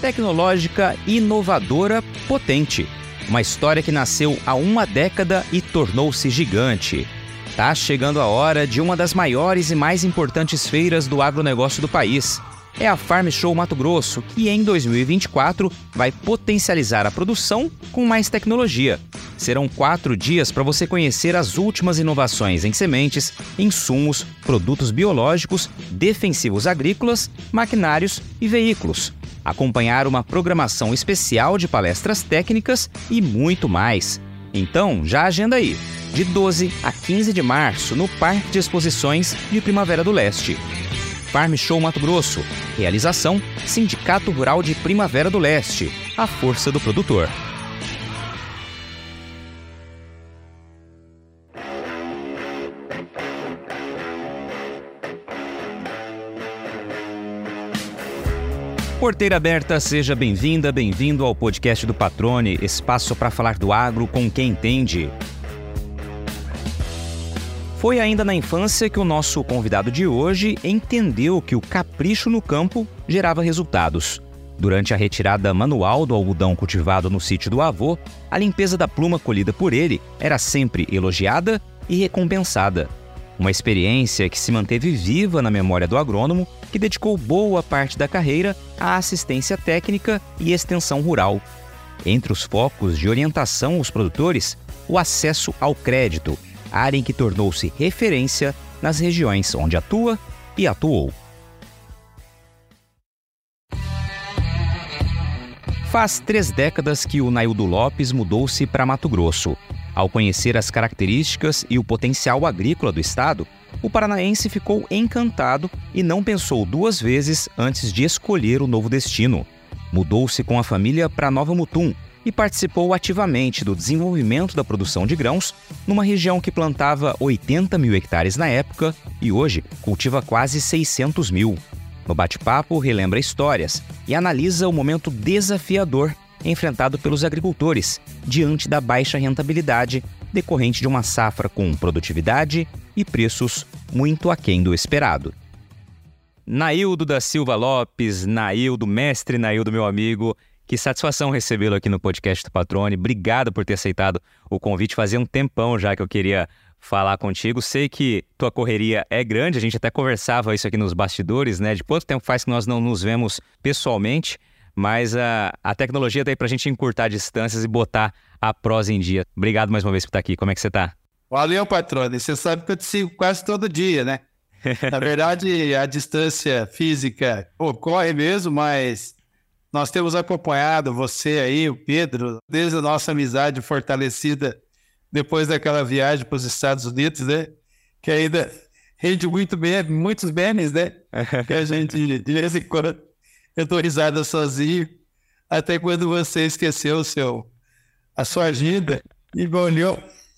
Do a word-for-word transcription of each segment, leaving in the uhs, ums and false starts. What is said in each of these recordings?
Tecnológica, inovadora, potente. Uma história que nasceu há uma década e tornou-se gigante. Tá chegando a hora de uma das maiores e mais importantes feiras do agronegócio do país. É a Farm Show Mato Grosso, que em dois mil e vinte e quatro vai potencializar a produção com mais tecnologia. Serão quatro dias para você conhecer as últimas inovações em sementes, insumos, produtos biológicos, defensivos agrícolas, maquinários e veículos. Acompanhar uma programação especial de palestras técnicas e muito mais. Então, já agenda aí, de doze a quinze de março, no Parque de Exposições de Primavera do Leste. Farm Show Mato Grosso. Realização: Sindicato Rural de Primavera do Leste. A força do produtor. Porteira aberta, seja bem-vinda, bem-vindo ao podcast do Patrone, espaço para falar do agro com quem entende. Foi ainda na infância que o nosso convidado de hoje entendeu que o capricho no campo gerava resultados. Durante a retirada manual do algodão cultivado no sítio do avô, a limpeza da pluma colhida por ele era sempre elogiada e recompensada. Uma experiência que se manteve viva na memória do agrônomo, que dedicou boa parte da carreira à assistência técnica e extensão rural. Entre os focos de orientação aos produtores, o acesso ao crédito, área em que tornou-se referência nas regiões onde atua e atuou. Faz três décadas que o Naildo Lopes mudou-se para Mato Grosso. Ao conhecer as características e o potencial agrícola do estado, o paranaense ficou encantado e não pensou duas vezes antes de escolher o novo destino. Mudou-se com a família para Nova Mutum e participou ativamente do desenvolvimento da produção de grãos numa região que plantava oitenta mil hectares na época e hoje cultiva quase seiscentos mil. No bate-papo, relembra histórias e analisa o momento desafiador enfrentado pelos agricultores diante da baixa rentabilidade decorrente de uma safra com produtividade e preços muito aquém do esperado. Naildo da Silva Lopes, Naildo, mestre Naildo, meu amigo, que satisfação recebê-lo aqui no podcast do Patrone. Obrigado por ter aceitado o convite. Fazia um tempão já que eu queria falar contigo. Sei que tua correria é grande, a gente até conversava isso aqui nos bastidores, né? De quanto tempo faz que nós não nos vemos pessoalmente, mas a, a tecnologia tá aí pra gente encurtar distâncias e botar a prosa em dia. Obrigado mais uma vez por estar aqui. Como é que você tá? Valeu, Patrone. Você sabe que eu te sigo quase todo dia, né? Na verdade, a distância física ocorre mesmo, mas nós temos acompanhado você aí, o Pedro, desde a nossa amizade fortalecida depois daquela viagem para os Estados Unidos, né? Que ainda rende muito bem, muitos bens, né? Que a gente, de vez em quando, eu dou risada sozinho, até quando você esqueceu o seu, a sua agenda e me olhou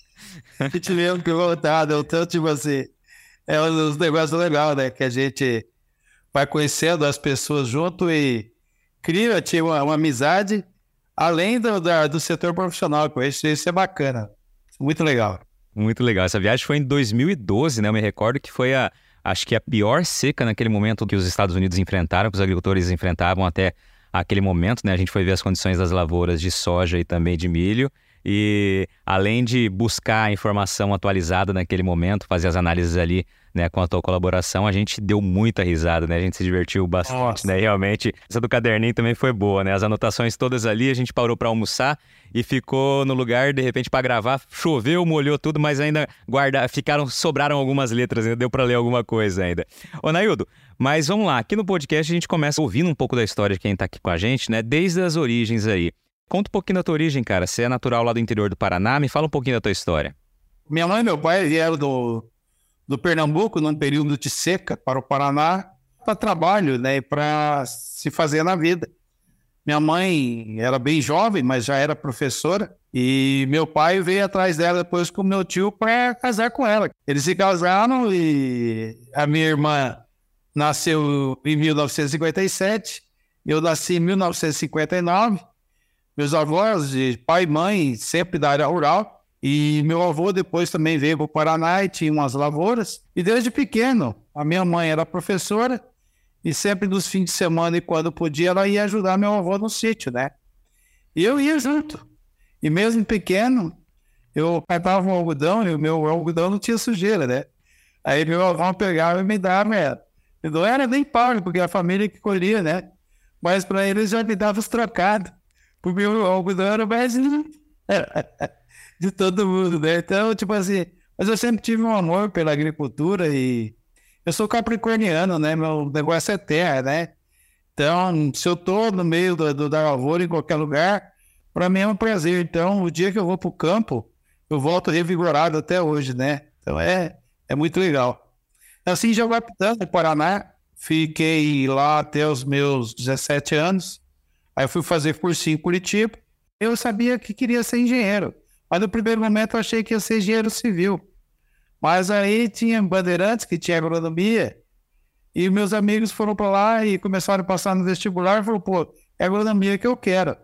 e te lembro que voltado, o tanto de você. É um dos negócios legais, né? Que a gente vai conhecendo as pessoas junto e cria tipo, uma, uma amizade além do, da, do setor profissional. Isso, isso é bacana. Muito legal. Muito legal. Essa viagem foi em dois mil e doze, né? Eu me recordo que foi a, acho que a pior seca naquele momento que os Estados Unidos enfrentaram, que os agricultores enfrentavam até aquele momento, né? A gente foi ver as condições das lavouras de soja e também de milho. E além de buscar a informação atualizada naquele momento, fazer as análises ali, né, com a tua colaboração, a gente deu muita risada, né? A gente se divertiu bastante, Nossa. né? Realmente, essa do caderninho também foi boa, né? As anotações todas ali, a gente parou para almoçar e ficou no lugar, de repente, para gravar. Choveu, molhou tudo, mas ainda guarda... ficaram, sobraram algumas letras, ainda deu para ler alguma coisa ainda. Ô, Naildo, mas vamos lá. Aqui no podcast a gente começa ouvindo um pouco da história de quem tá aqui com a gente, né? Desde as origens aí. Conta um pouquinho da tua origem, cara. Você é natural lá do interior do Paraná. Me fala um pouquinho da tua história. Minha mãe e meu pai vieram do, do Pernambuco, num período de seca, para o Paraná, para trabalho, né? Para se fazer na vida. Minha mãe era bem jovem, mas já era professora. E meu pai veio atrás dela depois com meu tio para casar com ela. Eles se casaram e a minha irmã nasceu em mil novecentos e cinquenta e sete. Eu nasci em mil novecentos e cinquenta e nove. Meus avós, de pai e mãe, sempre da área rural. E meu avô depois também veio para o Paraná e tinha umas lavouras. E desde pequeno, a minha mãe era professora e sempre nos fins de semana e quando podia, ela ia ajudar meu avô no sítio, né? E eu ia junto. E mesmo pequeno, eu catava um algodão e o meu algodão não tinha sujeira, né? Aí meu avô pegava e me dava, é, não era nem pago, porque a família que colhia, né? Mas para eles já me dava os trocados, porque o algodão era mais limpo de todo mundo, né? Então, tipo assim, mas eu sempre tive um amor pela agricultura e eu sou capricorniano, né? Meu negócio é terra, né? Então, se eu tô no meio do, do, da lavoura, em qualquer lugar, para mim é um prazer. Então, o dia que eu vou pro campo, eu volto revigorado até hoje, né? Então, é, é muito legal. Assim, em Jaguapitã, no Paraná, fiquei lá até os meus dezessete anos. Aí eu fui fazer cursinho em Curitiba. Eu sabia que queria ser engenheiro. Mas no primeiro momento eu achei que ia ser engenheiro civil. Mas aí tinha Bandeirantes, que tinha agronomia, e meus amigos foram para lá e começaram a passar no vestibular e falaram, pô, é agronomia que eu quero.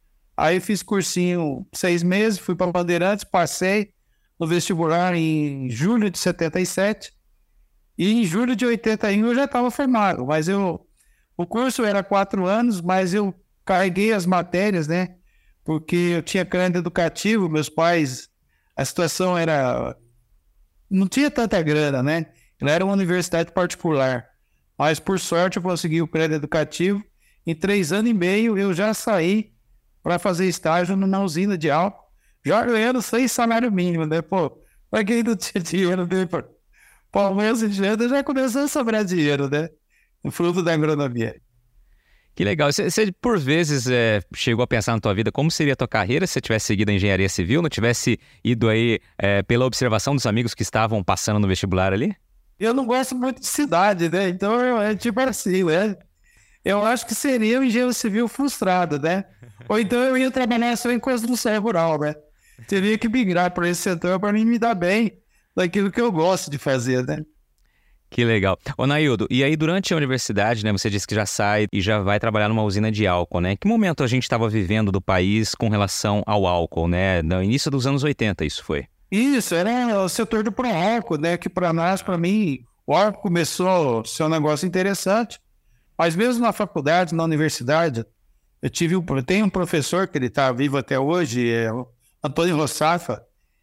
Aí fiz cursinho seis meses, fui para Bandeirantes, passei no vestibular em julho de setenta e sete, e em julho de oitenta e um eu já estava formado, mas eu, o curso era quatro anos, mas eu carreguei as matérias, né, porque eu tinha crédito educativo, meus pais, a situação era, não tinha tanta grana, né, ela era uma universidade particular, mas por sorte eu consegui o crédito educativo, em três anos e meio eu já saí para fazer estágio numa usina de álcool, já ganhando sem salário mínimo, né, pô, para quem não tinha dinheiro, né, pô, pô, meus engenheiros já começou a sobrar dinheiro, né, o fruto da agronomia. Que legal. Você, você por vezes, é, chegou a pensar na tua vida como seria a tua carreira se você tivesse seguido a engenharia civil, não tivesse ido aí é, pela observação dos amigos que estavam passando no vestibular ali? Eu não gosto muito de cidade, né, então eu, é tipo assim, né, eu acho que seria um engenheiro civil frustrado, né, ou então eu ia trabalhar só em construção rural, né, teria que migrar para esse setor para mim me dar bem daquilo que eu gosto de fazer, né. Que legal. Ô, Naildo, e aí durante a universidade, né, você disse que já sai e já vai trabalhar numa usina de álcool, né? Que momento a gente estava vivendo do país com relação ao álcool, né? No início dos anos oitenta isso foi? Isso, era o setor do pró-álcool, né? Que para nós, para mim, o álcool começou a ser um negócio interessante. Mas mesmo na faculdade, na universidade, eu tive um, eu tenho um professor que ele está vivo até hoje, é o Antônio Rossafa,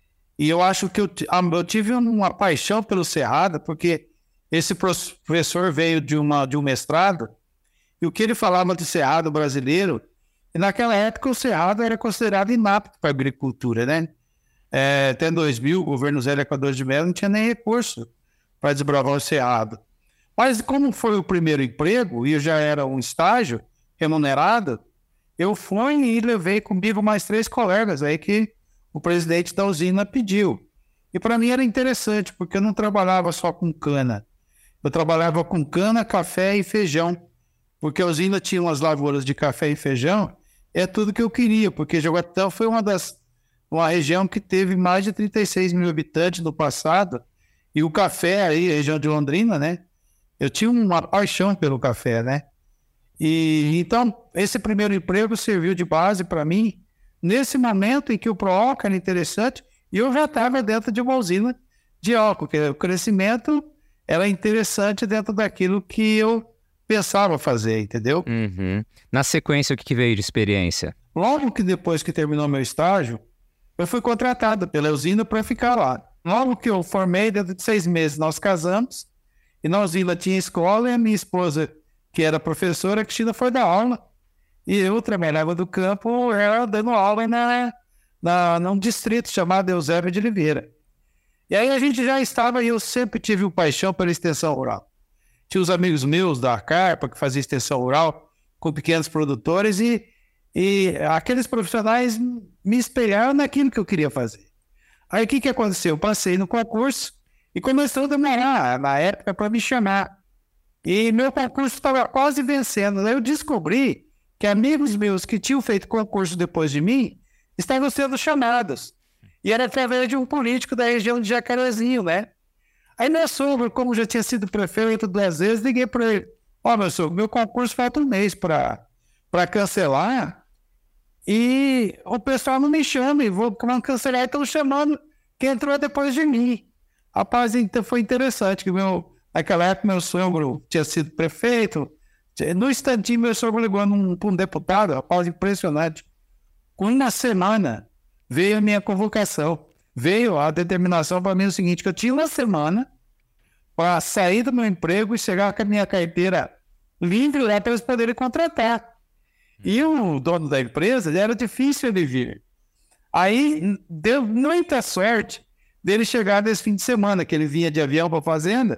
e eu acho que eu, eu tive uma paixão pelo Cerrado, porque esse professor veio de, uma, de um mestrado, e o que ele falava do Cerrado brasileiro, e naquela época o Cerrado era considerado inapto para a agricultura, né? É, até dois mil, o governo Zé Equador de Mello não tinha nem recurso para desbravar o Cerrado. Mas como foi o primeiro emprego, e eu já era um estágio remunerado, eu fui e levei comigo mais três colegas aí que o presidente da usina pediu. E para mim era interessante, porque eu não trabalhava só com cana. Eu trabalhava com cana, café e feijão, porque a usina tinha umas lavouras de café e feijão, é tudo que eu queria, porque Jaguapitã foi uma das uma região que teve mais de trinta e seis mil habitantes no passado, e o café aí, região de Londrina, né? Eu tinha uma paixão pelo café, né? E então, esse primeiro emprego serviu de base para mim, nesse momento em que o pró-álcool era interessante, e eu já estava dentro de uma usina de álcool, que o crescimento era interessante dentro daquilo que eu pensava fazer, entendeu? Uhum. Na sequência, o que que veio de experiência? Logo que depois que terminou meu estágio, eu fui contratado pela usina para ficar lá. Logo que eu formei, dentro de seis meses, nós casamos, e na usina tinha escola, e a minha esposa, que era professora, a Cristina, foi dar aula, e eu trabalhava do campo, ela dando aula na, na, num distrito chamado Eusébio de Oliveira. E aí a gente já estava, e eu sempre tive uma paixão pela extensão rural. Tinha os amigos meus da Carpa, que fazia extensão rural, com pequenos produtores, e, e aqueles profissionais me espelharam naquilo que eu queria fazer. Aí o que, que aconteceu? Eu passei no concurso, e começou a demorar, na época, para me chamar. E meu concurso estava quase vencendo. Aí eu descobri que amigos meus que tinham feito concurso depois de mim estavam sendo chamados. E era através de um político da região de Jacarezinho, né? Aí meu sogro, como já tinha sido prefeito duas vezes, liguei para ele. Ó, oh, meu sogro, meu concurso falta um mês para cancelar e o pessoal não me chama e vou cancelar, estão chamando quem entrou depois de mim. Rapaz, então foi interessante que meu Naquela época, meu sogro tinha sido prefeito. No instantinho, meu sogro ligou num, para um deputado, rapaz, impressionante. Com uma semana, veio a minha convocação. Veio a determinação para mim o seguinte, que eu tinha uma semana para sair do meu emprego e chegar com a minha carteira livre lá para eles poderem contratar. E o dono da empresa, era difícil ele vir. Aí, deu muita sorte dele chegar nesse fim de semana, que ele vinha de avião para a fazenda.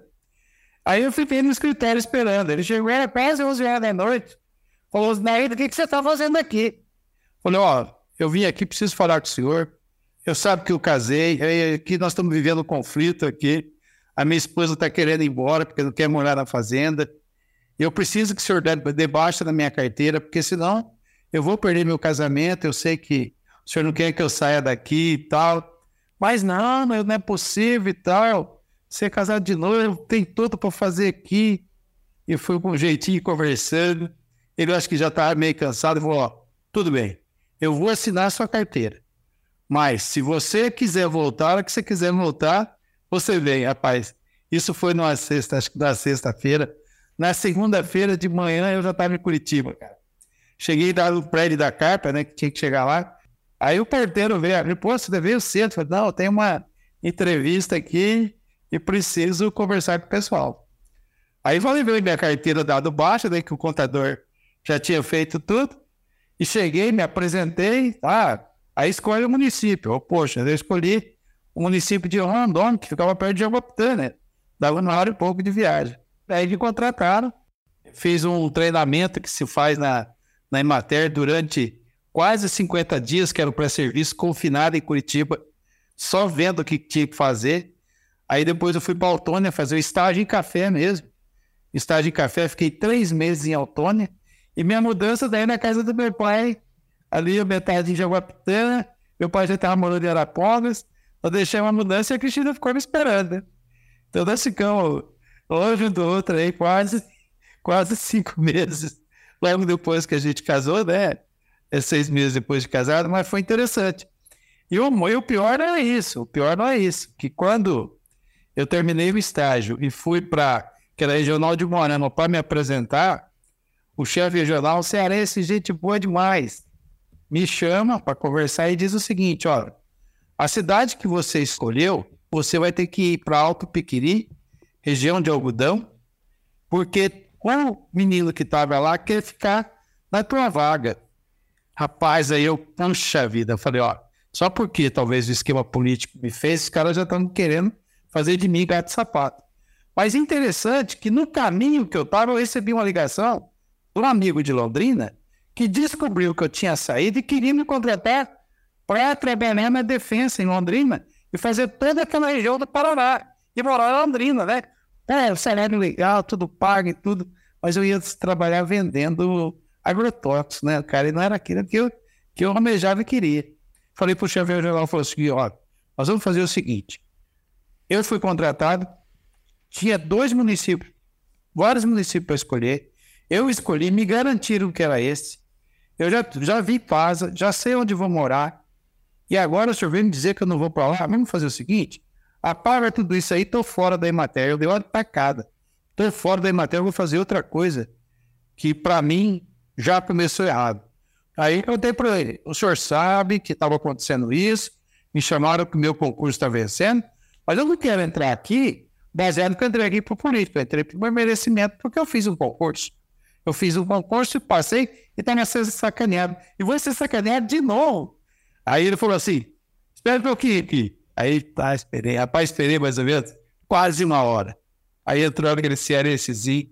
Aí eu fiquei no escritório esperando. Ele chegou, era quase onze horas da noite. Falou, Nair, o que, que você está fazendo aqui? Falei, ó, eu vim aqui, preciso falar com o senhor. Eu sabe que eu casei, aqui nós estamos vivendo um conflito aqui. A minha esposa está querendo ir embora porque não quer morar na fazenda. Eu preciso que o senhor dê baixa na minha carteira, porque senão eu vou perder meu casamento. Eu sei que o senhor não quer que eu saia daqui e tal. Mas não, não é possível e tal. Ser casado de novo, tem tudo para fazer aqui. Eu fui com um jeitinho conversando. Ele acho que já estava meio cansado. Falou, ó, tudo bem, eu vou assinar a sua carteira. Mas se você quiser voltar, a hora que você quiser voltar, você vem, rapaz. Isso foi numa sexta, acho que na sexta-feira. Na segunda-feira de manhã eu já estava em Curitiba, cara. Cheguei no prédio da Carpa, né, que tinha que chegar lá. Aí o porteiro veio, falei, pô, você veio cedo. Eu falei, não, tem uma entrevista aqui e preciso conversar com o pessoal. Aí falei, veio minha carteira dado baixa, né, que o contador já tinha feito tudo. E cheguei, me apresentei, ah, aí escolhe o município. Oh, poxa, eu escolhi o município de Rondônia, que ficava perto de Jaguapitã, né? Dava uma hora e pouco de viagem. Aí me contrataram, fiz um treinamento que se faz na, na Emater durante quase cinquenta dias, que era o pré-serviço, confinado em Curitiba, só vendo o que tinha que fazer. Aí depois eu fui para Autônia fazer o estágio em café mesmo. Estágio em café, fiquei três meses em Autônia. E minha mudança daí na casa do meu pai, ali a metade em Jaguapitã, meu pai já estava morando em Arapongas, eu deixei uma mudança e a Cristina ficou me esperando, né? Então nós ficamos longe um do outro aí, quase, quase cinco meses, logo depois que a gente casou, né? É seis meses depois de casado, mas foi interessante. E o, e o pior não é isso, o pior não é isso, que quando eu terminei o estágio e fui para aquela regional de Moarama para me apresentar, o chefe regional, cearense, gente boa demais, me chama para conversar e diz o seguinte, ó, a cidade que você escolheu, você vai ter que ir para Alto Piquiri, região de algodão, porque o menino que estava lá quer ficar na tua vaga. Rapaz, aí eu, puxa vida, eu falei, ó, só porque talvez o esquema político me fez, os caras já estão querendo fazer de mim gato de sapato. Mas interessante que no caminho que eu estava, eu recebi uma ligação de um amigo de Londrina que descobriu que eu tinha saído e queria me contratar para trabalhar na defesa em Londrina e fazer toda aquela região do Paraná e morar em Londrina, né? É, o salário legal, tudo pago e tudo, mas eu ia trabalhar vendendo agrotóxicos, né, cara? E não era aquilo que eu, que eu almejava e queria. Falei pro chefe regional, falou assim, ó, nós vamos fazer o seguinte, eu fui contratado, tinha dois municípios, vários municípios para escolher, eu escolhi, me garantiram que era esse, eu já, já vi casa, já sei onde vou morar, e agora o senhor vem me dizer que eu não vou para lá, vamos fazer o seguinte, apaga tudo isso aí, tô fora da Emater, eu dei uma tacada, tô fora da Emater, eu vou fazer outra coisa, que para mim já começou errado. Aí eu dei para ele, o senhor sabe que estava acontecendo isso, me chamaram que o meu concurso está vencendo, mas eu não quero entrar aqui baseado que eu entrei aqui para o político, eu entrei para o meu merecimento, porque eu fiz um concurso. Eu fiz um concurso e passei e está me sendo sacaneado. E vou ser sacaneado de novo. Aí ele falou assim, espera um pouquinho aqui. Aí tá, esperei, rapaz, esperei mais ou menos quase uma hora. Aí entrou aquele cearensezinho,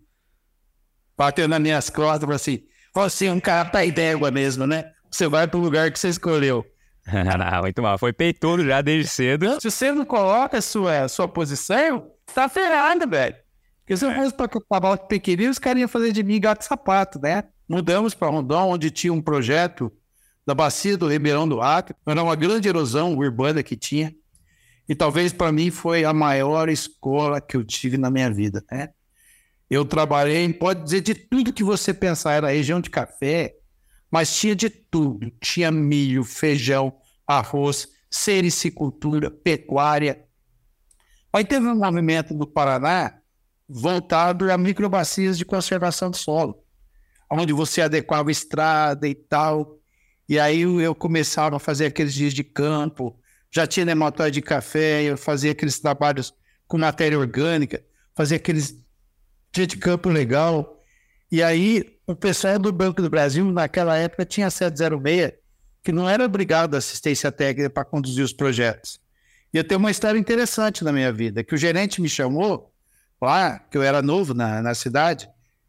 bateu nas minhas costas e falou assim, você é um cara da idégua mesmo, né? Você vai para o lugar que você escolheu. Muito mal, foi peitudo já desde cedo. Se você não coloca a sua, a sua posição, tá ferrado, velho. Porque se eu fosse para acabar o pequenininho, os caras iam fazer de mim gato de sapato, né? Mudamos para Rondon, onde tinha um projeto da bacia do Ribeirão do Acre. Era uma grande erosão urbana que tinha. E talvez para mim foi a maior escola que eu tive na minha vida, né? Eu trabalhei, pode dizer, de tudo que você pensar, era região de café, mas tinha de tudo. Tinha milho, feijão, arroz, sericicultura, pecuária. Aí teve um movimento no Paraná voltado a microbacias de conservação do solo, onde você adequava estrada e tal. E aí eu começava a fazer aqueles dias de campo, já tinha nematóide de café, eu fazia aqueles trabalhos com matéria orgânica, fazia aqueles dias de campo legal. E aí o pessoal do Banco do Brasil, naquela época, tinha sete zero seis, que não era obrigado a assistência técnica para conduzir os projetos. E eu tenho uma história interessante na minha vida, que o gerente me chamou lá, que eu era novo na, na cidade,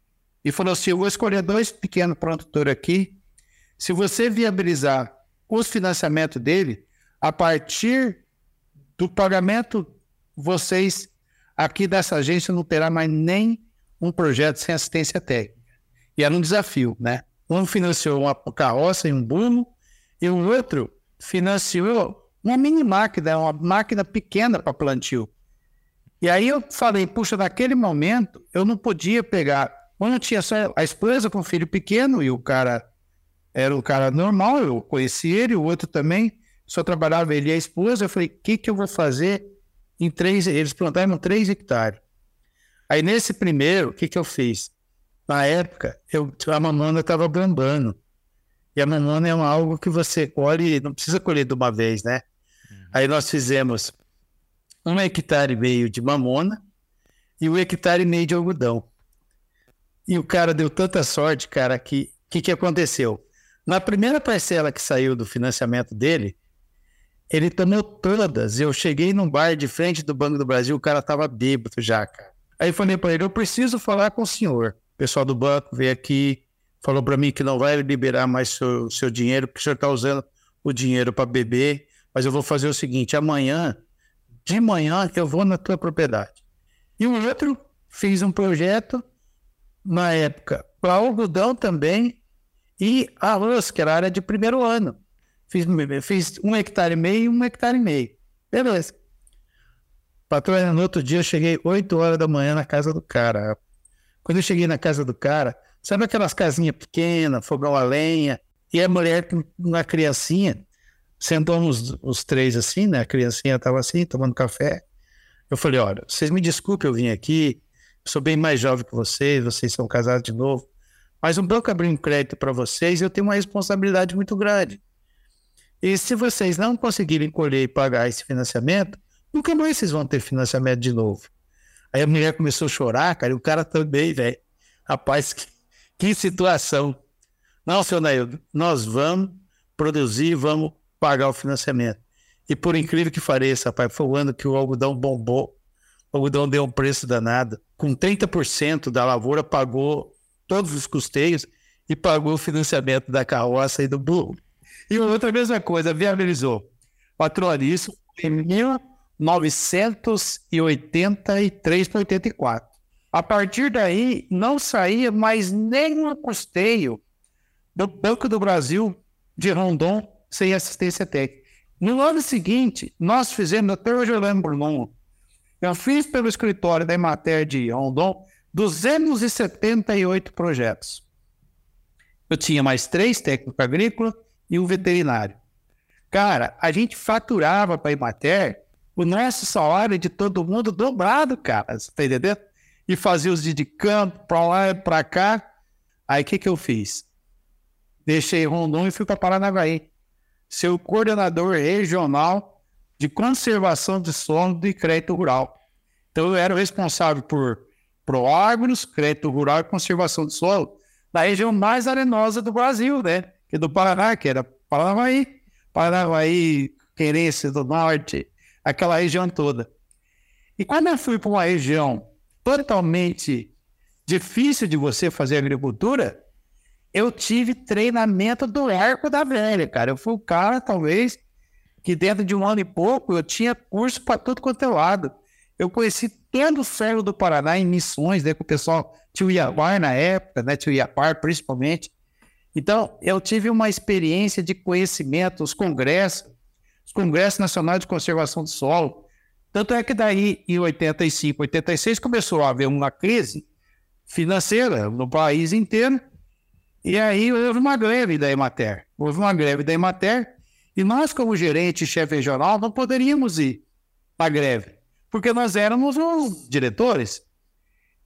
e falou assim, eu vou escolher dois pequenos produtores aqui, se você viabilizar os financiamentos dele, a partir do pagamento, vocês aqui dessa agência não terá mais nem um projeto sem assistência técnica. E era um desafio, né? Um financiou uma carroça e um burro, e o outro financiou uma mini máquina, uma máquina pequena para plantio. E aí eu falei, puxa, naquele momento eu não podia pegar, eu não tinha só a esposa com o filho pequeno, e o cara era um cara normal, eu conheci ele, o outro também, só trabalhava ele e a esposa. Eu falei, o que, que eu vou fazer em três, eles plantaram três hectares. Aí nesse primeiro, o que, que eu fiz? Na época, eu, a mamona estava bombando. E a mamona é algo que você colhe, não precisa colher de uma vez, né? Uhum. Aí nós fizemos um hectare e meio de mamona e um hectare e meio de algodão. E o cara deu tanta sorte, cara, que o que, que aconteceu? Na primeira parcela que saiu do financiamento dele, ele tomou todas. Eu cheguei num bar de frente do Banco do Brasil, o cara tava bêbado já, cara. Aí eu falei para ele, eu preciso falar com o senhor. O pessoal do banco veio aqui, falou para mim que não vai liberar mais seu, seu dinheiro, porque o senhor tá usando o dinheiro para beber, mas eu vou fazer o seguinte, amanhã, de manhã, eu vou na tua propriedade. E o outro fez um projeto, na época, para algodão também, e arroz, que era a área de primeiro ano. Fiz, fiz um hectare e meio e um hectare e meio. Beleza. Patrão, no outro dia eu cheguei oito horas da manhã na casa do cara. Quando eu cheguei na casa do cara, sabe aquelas casinhas pequenas, fogão a lenha, e a mulher com uma criancinha, sentou os, os três assim, né? A criancinha estava assim, tomando café. Eu falei, olha, vocês me desculpem, eu vim aqui, eu sou bem mais jovem que vocês, vocês são casados de novo, mas um banco abriu um crédito para vocês, eu tenho uma responsabilidade muito grande. E se vocês não conseguirem colher e pagar esse financiamento, nunca mais vocês vão ter financiamento de novo. Aí a mulher começou a chorar, cara, e o cara também, velho. Rapaz, que, que situação. Não, seu Naildo, nós vamos produzir, vamos pagar o financiamento. E por incrível que pareça, rapaz, foi o ano que o algodão bombou. O algodão deu um preço danado. Com trinta por cento da lavoura pagou todos os custeios e pagou o financiamento da carroça e do burro. E outra mesma coisa, viabilizou. Patrão, isso em mil novecentos e oitenta e três para oitenta e quatro. A partir daí, não saía mais nenhum custeio do Banco do Brasil de Rondon sem assistência técnica. No ano seguinte, nós fizemos, até hoje eu lembro, não, eu fiz pelo escritório da Emater de Rondon duzentos e setenta e oito projetos. Eu tinha mais três técnicos agrícolas e um veterinário. Cara, a gente faturava para a Emater o nosso salário de todo mundo dobrado, cara, você tá entendendo? E fazia os dias de campo, para lá e para cá. Aí o que que eu fiz? Deixei Rondon e fui para Paranavaí, ser o coordenador regional de conservação de solo e crédito rural. Então eu era o responsável por Proagros, crédito rural e conservação de solo na região mais arenosa do Brasil, né? Que do Paraná, que era Paranavaí, Paranavaí, Querência do Norte, aquela região toda. E quando eu fui para uma região totalmente difícil de você fazer agricultura, eu tive treinamento do Arco da Velha, cara. Eu fui o cara, talvez, que dentro de um ano e pouco eu tinha curso para tudo quanto é lado. Eu conheci todo o ferro do Paraná em missões, né, com o pessoal, tio Iapar na época, né, tio Iapar principalmente. Então, eu tive uma experiência de conhecimento, os congressos, os congressos nacionais de conservação do solo. Tanto é que daí, em oitenta e cinco, oitenta e seis, começou a haver uma crise financeira no país inteiro, e aí houve uma greve da Emater. Houve uma greve da Emater, e nós, como gerente e chefe regional, não poderíamos ir para a greve, porque nós éramos os diretores.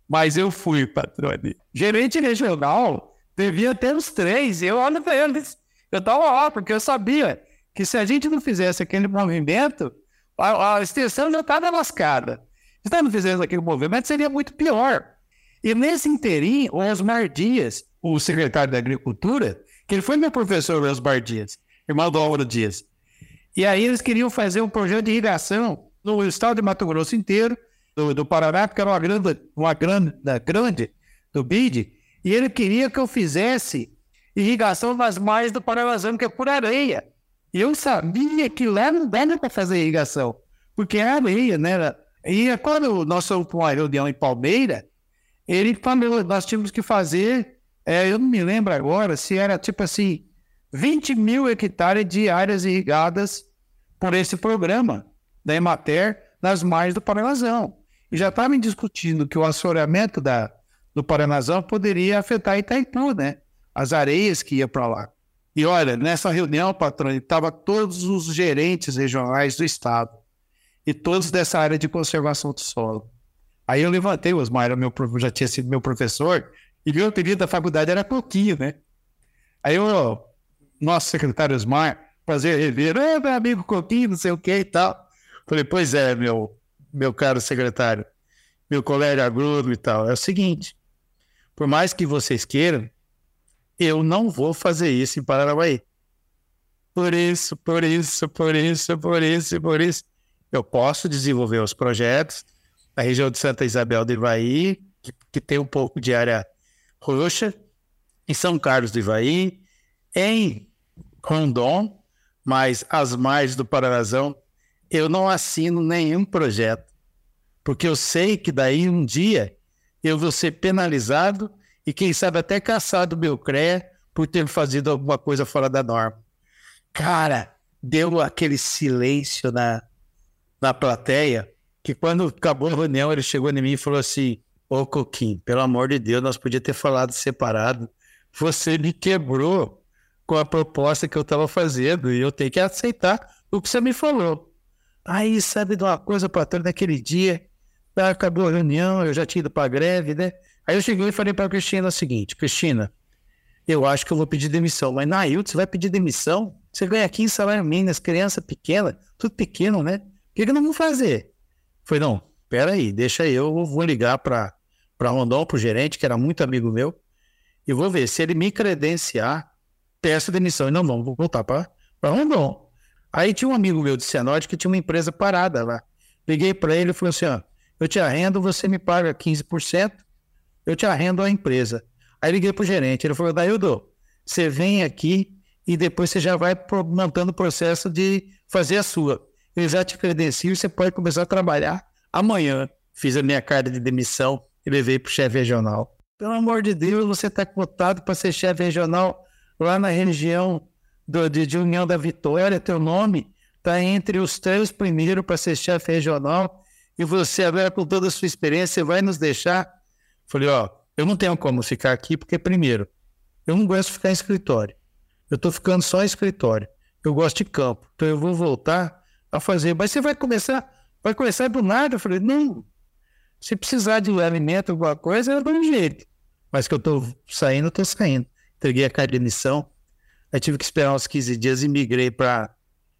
Mas eu fui, Patrone. Gerente regional, devia ter uns três. Eu olho para eles. Eu estava lá, porque eu sabia que se a gente não fizesse aquele movimento, a, a extensão já estava lascada. Se nós não fizéssemos aquele movimento, seria muito pior. E nesse inteirinho, o Osmar Dias, o secretário da Agricultura, que ele foi meu professor, o Osmar Dias, irmão do Álvaro Dias. E aí eles queriam fazer um projeto de irrigação no estado de Mato Grosso inteiro, do, do Paraná, porque era uma grande, uma grande, da grande do B I D, e ele queria que eu fizesse irrigação nas margens do Paranazão, que é por areia. E eu sabia que lá não dava para fazer irrigação, porque é areia, né? E quando nós fomos para uma reunião em Palmeira, ele falou, nós tínhamos que fazer, é, eu não me lembro agora, se era tipo assim, vinte mil hectares de áreas irrigadas por esse programa da Emater nas margens do Paranazão. E já estavam discutindo que o assoreamento da, do Paranazão poderia afetar Itaipu, né? As areias que iam para lá. E olha, nessa reunião, patrão, estavam todos os gerentes regionais do estado e todos dessa área de conservação do solo. Aí eu levantei, o Osmar era meu, já tinha sido meu professor, e meu apelido da faculdade era Coquinho, né? Aí eu, nosso secretário Osmar, prazer rever, é, meu amigo Coquinho, não sei o que e tal. Falei, pois é, meu, meu caro secretário, meu colega agrônomo e tal, é o seguinte, por mais que vocês queiram, eu não vou fazer isso em Paranavaí. Por isso, por isso, por isso, por isso, por isso. Eu posso desenvolver os projetos na região de Santa Isabel do Ivaí, que, que tem um pouco de área roxa, em São Carlos do Ivaí, em Rondon, mas as margens do Paranazão, eu não assino nenhum projeto, porque eu sei que daí um dia eu vou ser penalizado e quem sabe até caçado do meu C R E A por ter fazido alguma coisa fora da norma. Cara, deu aquele silêncio na, na plateia, que quando acabou a reunião, ele chegou em mim e falou assim, ô Coquinho, pelo amor de Deus, nós podíamos ter falado separado. Você me quebrou com a proposta que eu estava fazendo e eu tenho que aceitar o que você me falou. Aí, sabe de uma coisa, patrão, naquele dia, acabou a reunião, eu já tinha ido para a greve, né? Aí eu cheguei e falei para a Cristina o seguinte, Cristina, eu acho que eu vou pedir demissão, mas Nailton, você vai pedir demissão? Você ganha aqui em salário mínimo, as crianças pequenas, tudo pequeno, né? O que que nós vamos fazer? Falei, não, peraí, deixa eu, eu vou ligar para para Rondon, para o gerente, que era muito amigo meu, e vou ver, se ele me credenciar, peço demissão. E não, não, vou voltar para Rondon. Aí tinha um amigo meu de Cianorte que tinha uma empresa parada lá. Liguei para ele e falei assim, ó, eu te arrendo, você me paga quinze por cento, eu te arrendo a empresa. Aí liguei pro gerente, ele falou, Daildo, você vem aqui e depois você já vai montando o processo de fazer a sua. Eu já te credencio e você pode começar a trabalhar amanhã. Fiz a minha carta de demissão e levei pro chefe regional. Pelo amor de Deus, você está cotado para ser chefe regional lá na região do, de, de União da Vitória, teu nome está entre os três primeiros para ser chefe regional e você agora com toda a sua experiência vai nos deixar? Falei, ó, eu não tenho como ficar aqui porque, primeiro, eu não gosto de ficar em escritório. Eu estou ficando só em escritório. Eu gosto de campo. Então eu vou voltar a fazer. Mas você vai começar, vai começar do nada? Eu falei, não. Se precisar de um alimento, alguma coisa, eu dou um jeito. Mas que eu estou saindo, eu estou saindo. Entreguei a carta de demissão. Aí tive que esperar uns quinze dias e migrei para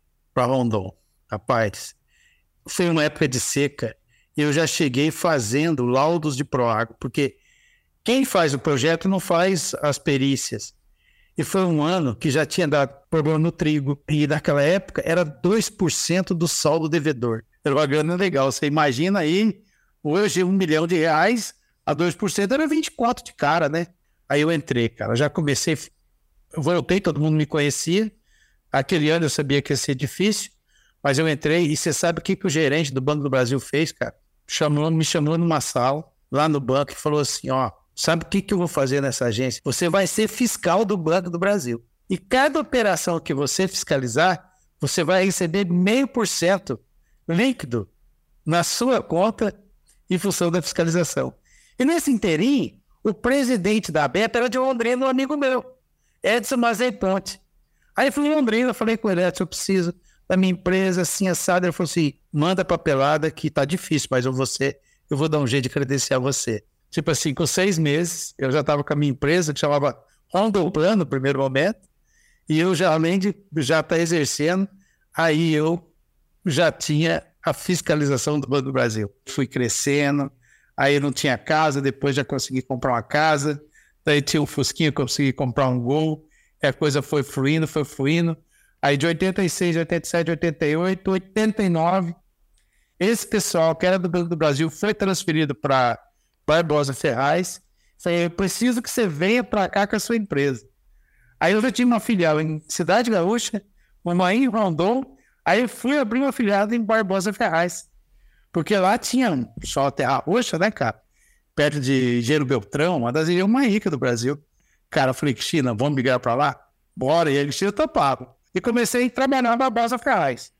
Rondon. Rapaz, foi uma época de seca. E eu já cheguei fazendo laudos de Proagro, porque quem faz o projeto não faz as perícias. E foi um ano que já tinha dado problema no trigo. E naquela época era dois por cento do saldo devedor. Era uma grana legal. Você imagina aí, hoje um milhão de reais, a dois por cento era vinte e quatro de cara, né? Aí eu entrei, cara. Já comecei, eu voltei, todo mundo me conhecia. Aquele ano eu sabia que ia ser difícil, mas eu entrei e você sabe o que, que o gerente do Banco do Brasil fez, cara? Chamou, me chamou numa sala, lá no banco, e falou assim, ó, sabe o que, que eu vou fazer nessa agência? Você vai ser fiscal do Banco do Brasil. E cada operação que você fiscalizar, você vai receber meio por cento líquido na sua conta em função da fiscalização. E nesse inteirinho, o presidente da Beta era de Londrina, um amigo meu, Edson Mazei Ponte. Aí eu fui em Londrina, falei com ele, Edson, eu preciso da minha empresa, assim, assado. Ele falou assim, manda papelada que tá difícil, mas eu, você, eu vou dar um jeito de credenciar você. Tipo assim, com seis meses, eu já estava com a minha empresa, que chamava Rondoplan no primeiro momento, e eu já, além de já estar exercendo, aí eu já tinha a fiscalização do Banco do Brasil. Fui crescendo, aí eu não tinha casa, depois já consegui comprar uma casa, daí tinha um Fusquinha, consegui comprar um Gol, e a coisa foi fluindo, foi fluindo. Aí de oitenta e seis, oitenta e sete, oitenta e oito, oitenta e nove, esse pessoal que era do Banco do Brasil foi transferido para Barbosa Ferraz. Falei, eu preciso que você venha para cá com a sua empresa. Aí eu já tinha uma filial em Cidade Gaúcha, uma em Rondon, aí eu fui abrir uma filial em Barbosa Ferraz. Porque lá tinha só Terra Roxa, né, cara? Perto de Engenheiro Beltrão, uma das ilhas mais ricas do Brasil. Cara, eu falei, Cristina, vamos migrar para lá? Bora, e a Cristina topava. E comecei a trabalhar na Barbosa Ferraz.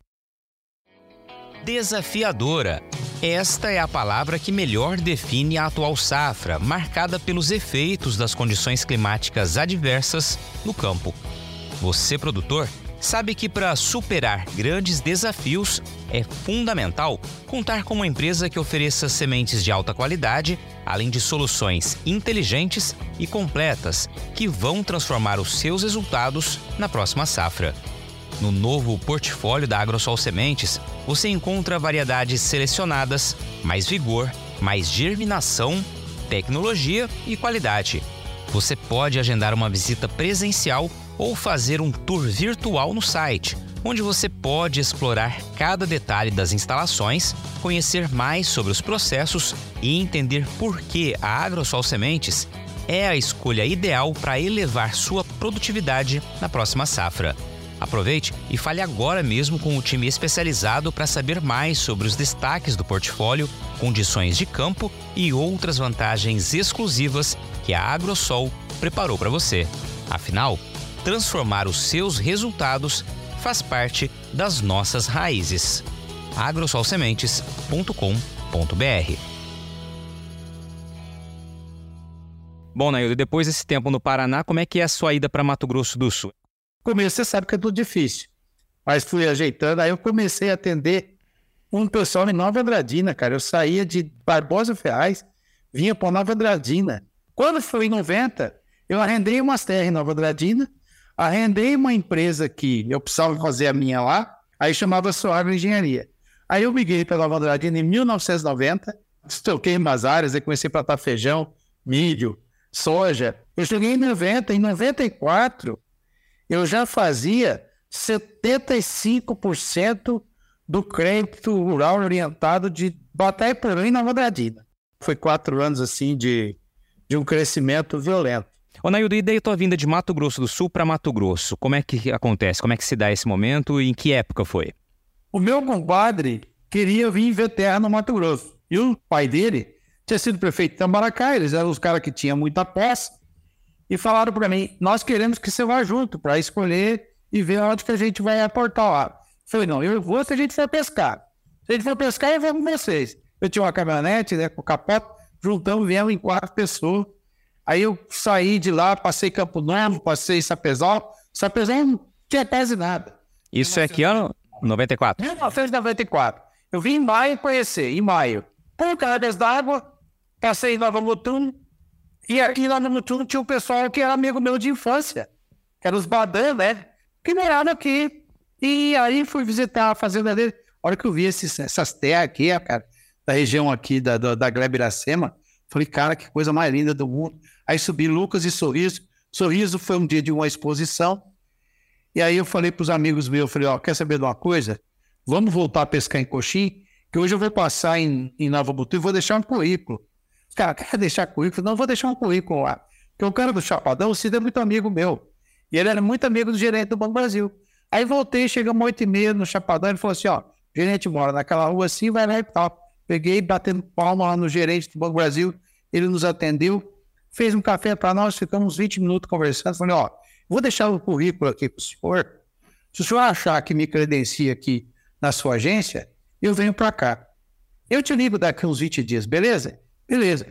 Desafiadora. Esta é a palavra que melhor define a atual safra, marcada pelos efeitos das condições climáticas adversas no campo. Você, produtor, sabe que para superar grandes desafios é fundamental contar com uma empresa que ofereça sementes de alta qualidade, além de soluções inteligentes e completas que vão transformar os seus resultados na próxima safra. No novo portfólio da Agrosol Sementes, você encontra variedades selecionadas, mais vigor, mais germinação, tecnologia e qualidade. Você pode agendar uma visita presencial ou fazer um tour virtual no site, onde você pode explorar cada detalhe das instalações, conhecer mais sobre os processos e entender por que a Agrosol Sementes é a escolha ideal para elevar sua produtividade na próxima safra. Aproveite e fale agora mesmo com o time especializado para saber mais sobre os destaques do portfólio, condições de campo e outras vantagens exclusivas que a Agrosol preparou para você. Afinal, transformar os seus resultados faz parte das nossas raízes. agrosol sementes ponto com ponto b r. Bom, Naildo, depois desse tempo no Paraná, como é que é a sua ida para Mato Grosso do Sul? Começo, você sabe que é tudo difícil, mas fui ajeitando, aí eu comecei a atender um pessoal em Nova Andradina, cara. Eu saía de Barbosa Ferraz, vinha para Nova Andradina. Quando foi em noventa, eu arrendei umas terras em Nova Andradina, arrendei uma empresa que eu precisava fazer a minha lá, aí chamava Soares Engenharia. Aí eu migrei para Nova Andradina em mil novecentos e noventa, troquei umas áreas, aí comecei a plantar feijão, milho, soja. Eu cheguei em noventa, em noventa e quatro, eu já fazia setenta e cinco por cento do crédito rural orientado de Bataiporã e Nova Andradina. Foi quatro anos, assim, de, de um crescimento violento. Ô, Naildo, e daí a tua vinda de Mato Grosso do Sul para Mato Grosso? Como é que acontece? Como é que se dá esse momento e em que época foi? O meu compadre queria vir ver terra no Mato Grosso. E o pai dele tinha sido prefeito de Tambaracá, eles eram os caras que tinham muita posse. E falaram para mim, nós queremos que você vá junto para escolher e ver onde que a gente vai aportar lá. Eu falei, não, eu vou se a gente for pescar. Se a gente for pescar, eu vou com vocês. Eu tinha uma caminhonete, né, com capota, juntamos, viemos em quatro pessoas. Aí eu saí de lá, passei Campo Novo, passei Sapezal. Sapezal não tinha quase nada. Isso é que ano? noventa e quatro? mil novecentos e noventa e quatro. Eu vim em maio conhecer, em maio. Por Cargas d'Água, passei em Nova Mutum. E aqui lá no Mutum tinha um pessoal que era amigo meu de infância, que eram os Badan, né? Que moraram aqui. E aí fui visitar a fazenda dele. A hora que eu vi esses, essas terras aqui, cara, da região aqui da, da, da Gleba Iracema, falei, cara, que coisa mais linda do mundo. Aí subi Lucas e Sorriso. Sorriso foi um dia de uma exposição. E aí eu falei para os amigos meus, eu falei, ó, quer saber de uma coisa? Vamos voltar a pescar em Coxim, que hoje eu vou passar em, em Nova Mutum e vou deixar um currículo. Cara, quer deixar currículo? Não, vou deixar um currículo lá. Porque o cara do Chapadão, o Cid é muito amigo meu. E ele era muito amigo do gerente do Banco Brasil. Aí voltei, chegamos oito e meia no Chapadão, ele falou assim, ó, o gerente mora naquela rua assim, vai lá e tal. Peguei, batendo palma lá no gerente do Banco Brasil, ele nos atendeu, fez um café para nós, ficamos uns vinte minutos conversando, falei, ó, vou deixar o currículo aqui para o senhor. Se o senhor achar que me credencia aqui na sua agência, eu venho para cá. Eu te ligo daqui uns vinte dias, beleza? Beleza.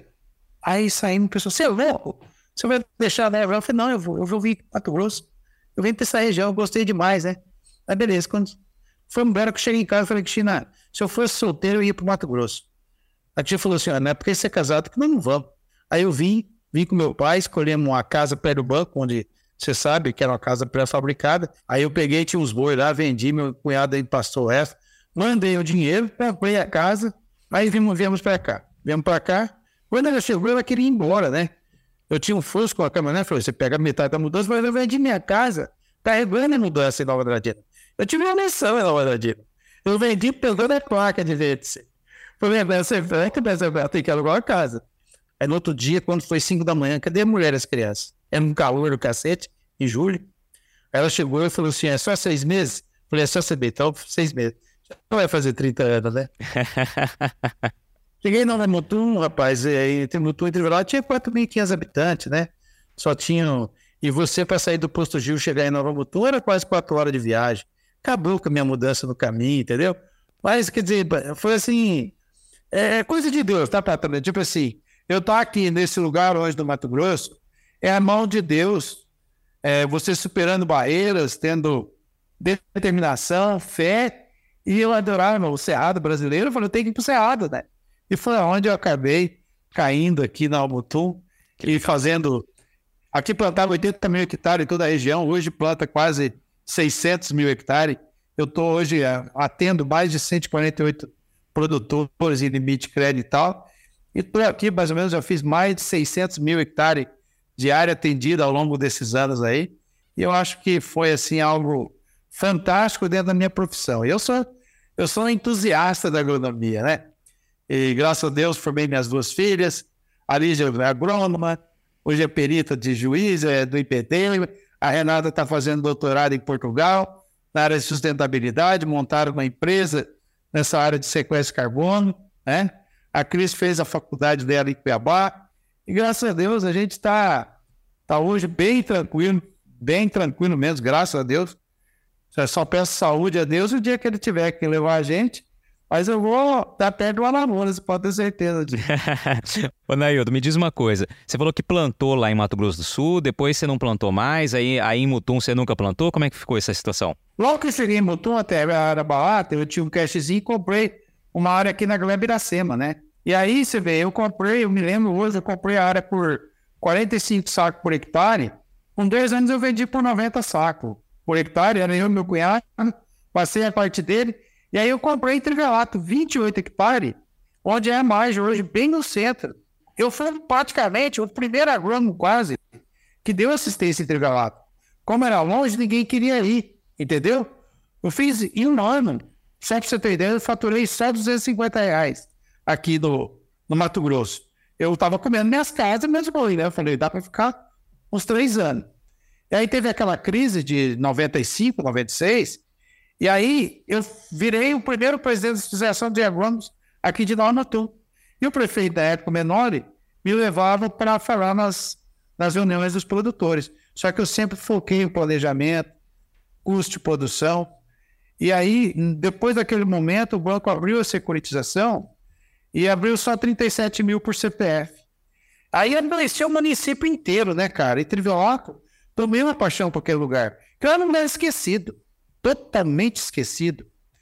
Aí saímos, o pessoal, você é louco? Você vai deixar, né? Eu falei, não, eu vou, eu vou vir para Mato Grosso. Eu vim para essa região, eu gostei demais, né? Aí beleza, quando foi embora que eu cheguei em casa, eu falei, Cristina, se eu fosse solteiro, eu ia para Mato Grosso. A tia falou assim, ah, não é porque você é casado que nós não vamos. Aí eu vim, vim com meu pai, escolhemos uma casa perto do banco, onde você sabe que era uma casa pré-fabricada. Aí eu peguei, tinha uns boi lá, vendi, meu cunhado aí passou o resto, mandei o dinheiro, comprei a casa, aí viemos, viemos para cá. Viemos para cá, quando ela chegou, ela queria ir embora, né? Eu tinha um Fusca com a caminhonete, falei, você pega metade da mudança, mas eu vendi minha casa, carregando a mudança em Nova Andradina. Eu tive uma missão em Nova Andradina. Eu vendi pegando a placa de verde. Falei, você vai que tem que alugar a casa. Aí no outro dia, quando foi cinco da manhã, cadê a mulher e as crianças? Era um calor do cacete, em julho. Aí ela chegou e falou assim, é só seis meses? Falei, é só saber, então seis meses. Já vai fazer trinta anos, né? Cheguei na Mutum, rapaz, e aí tem Mutum entre lá, tinha quatro mil e quinhentos habitantes, né? Só tinham... E você, para sair do Posto Gil, chegar em Nova Mutum, era quase quatro horas de viagem. Acabou com a minha mudança no caminho, entendeu? Mas, quer dizer, foi assim... É coisa de Deus, tá, Patrão? Tipo assim, eu tô aqui nesse lugar hoje do Mato Grosso, é a mão de Deus, é, você superando barreiras, tendo determinação, fé, e eu adorava o Cerrado brasileiro, eu falei, eu tenho que ir pro Cerrado, né? E foi onde eu acabei caindo aqui na Mutum e fazendo... Aqui plantava oitenta mil hectares em toda a região, hoje planta quase seiscentos mil hectares. Eu estou hoje atendo mais de cento e quarenta e oito produtores em limite de crédito e tal. E estou aqui, mais ou menos, já fiz mais de seiscentos mil hectares de área atendida ao longo desses anos aí. E eu acho que foi, assim, algo fantástico dentro da minha profissão. Eu sou, eu sou um entusiasta da agronomia, né? E, graças a Deus, formei minhas duas filhas. A Lígia é agrônoma, hoje é perita de juiz, é do I P T. A Renata está fazendo doutorado em Portugal, na área de sustentabilidade, montaram uma empresa nessa área de sequestro de carbono, né? A Cris fez a faculdade dela em Cuiabá, e graças a Deus a gente está tá hoje bem tranquilo, bem tranquilo mesmo, graças a Deus. Eu só peço saúde a Deus o dia que ele tiver que levar a gente, mas eu vou estar perto do Alamoura, você pode ter certeza disso. Ô, Naildo, me diz uma coisa, você falou que plantou lá em Mato Grosso do Sul, depois você não plantou mais, aí, aí em Mutum você nunca plantou, como é que ficou essa situação? Logo que eu cheguei em Mutum, até a área barata, eu tinha um cashzinho e comprei uma área aqui na Gleba Iracema, né? E aí, você vê, eu comprei, eu me lembro hoje, eu comprei a área por quarenta e cinco sacos por hectare, com dois anos eu vendi por noventa sacos por hectare, era eu e meu cunhado, passei a parte dele, e aí eu comprei em Trivelato, vinte e oito hectares, onde é a margem hoje, bem no centro. Eu fui praticamente o primeiro agrônomo quase que deu assistência em Trivelato. Como era longe, ninguém queria ir, entendeu? Eu fiz em um ano, só pra você ter ideia, eu faturei só duzentos e cinquenta reais aqui no, no Mato Grosso. Eu tava comendo minhas casas, meus boi, né? Eu falei, dá para ficar uns três anos. E aí teve aquela crise de noventa e cinco, noventa e seis, e aí eu virei o primeiro presidente da Associação de Agrônomos aqui de Nova Mutum. E o prefeito da época, Menori, me levava para falar nas, nas reuniões dos produtores. Só que eu sempre foquei em planejamento, custo de produção. E aí, depois daquele momento, o banco abriu a securitização e abriu só trinta e sete mil por C P F. Aí adoeceu o município inteiro, né, cara? E Trivelato, tomei uma paixão por aquele lugar. Que eu não era esquecido, totalmente esquecido.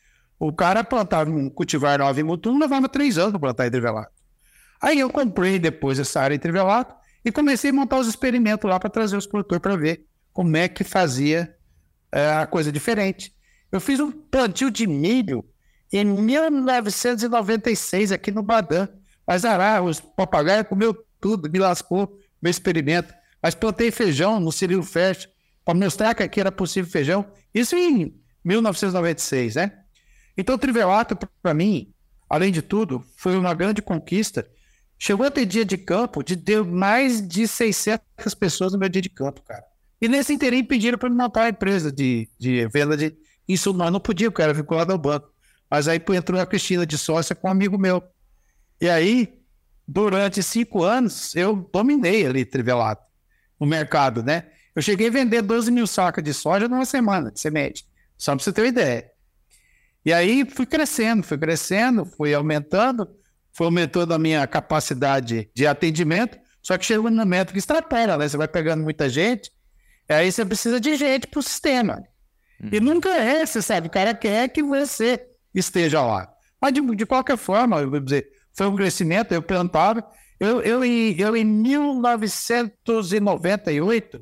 O cara plantava um cultivar nove em Mutum, levava três anos para plantar em Trivelato. Aí eu comprei depois essa área em Trivelato e comecei a montar os experimentos lá para trazer os produtores para ver como é que fazia é, a coisa diferente. Eu fiz um plantio de milho em mil novecentos e noventa e seis aqui no Badã. Mas ará, os papagaios comeu tudo, me lascou meu experimento. Mas plantei feijão no Cirilo Fest para mostrar que aqui era possível feijão. Isso em mil novecentos e noventa e seis, né? Então, Trivelato, para mim, além de tudo, foi uma grande conquista. Chegou a ter dia de campo de deu mais de seiscentas pessoas no meu dia de campo, cara. E nesse interim pediram para me montar uma empresa de, de venda de insumo. Mas não podia, porque eu era vinculado ao banco. Mas aí entrou a Cristina de sócia com um amigo meu. E aí, durante cinco anos, eu dominei ali Trivelato, no mercado, né? Eu cheguei a vender doze mil sacas de soja numa semana de semente. Só para você ter uma ideia. E aí fui crescendo, fui crescendo, fui aumentando, fui aumentando a minha capacidade de atendimento, só que chegou no momento que extrapola, né? Você vai pegando muita gente, e aí você precisa de gente para o sistema. Hum. E nunca é, você sabe, o cara quer que você esteja lá. Mas de, de qualquer forma, eu vou dizer, foi um crescimento, eu plantava, Eu, eu, em- eu, em mil novecentos e noventa e oito,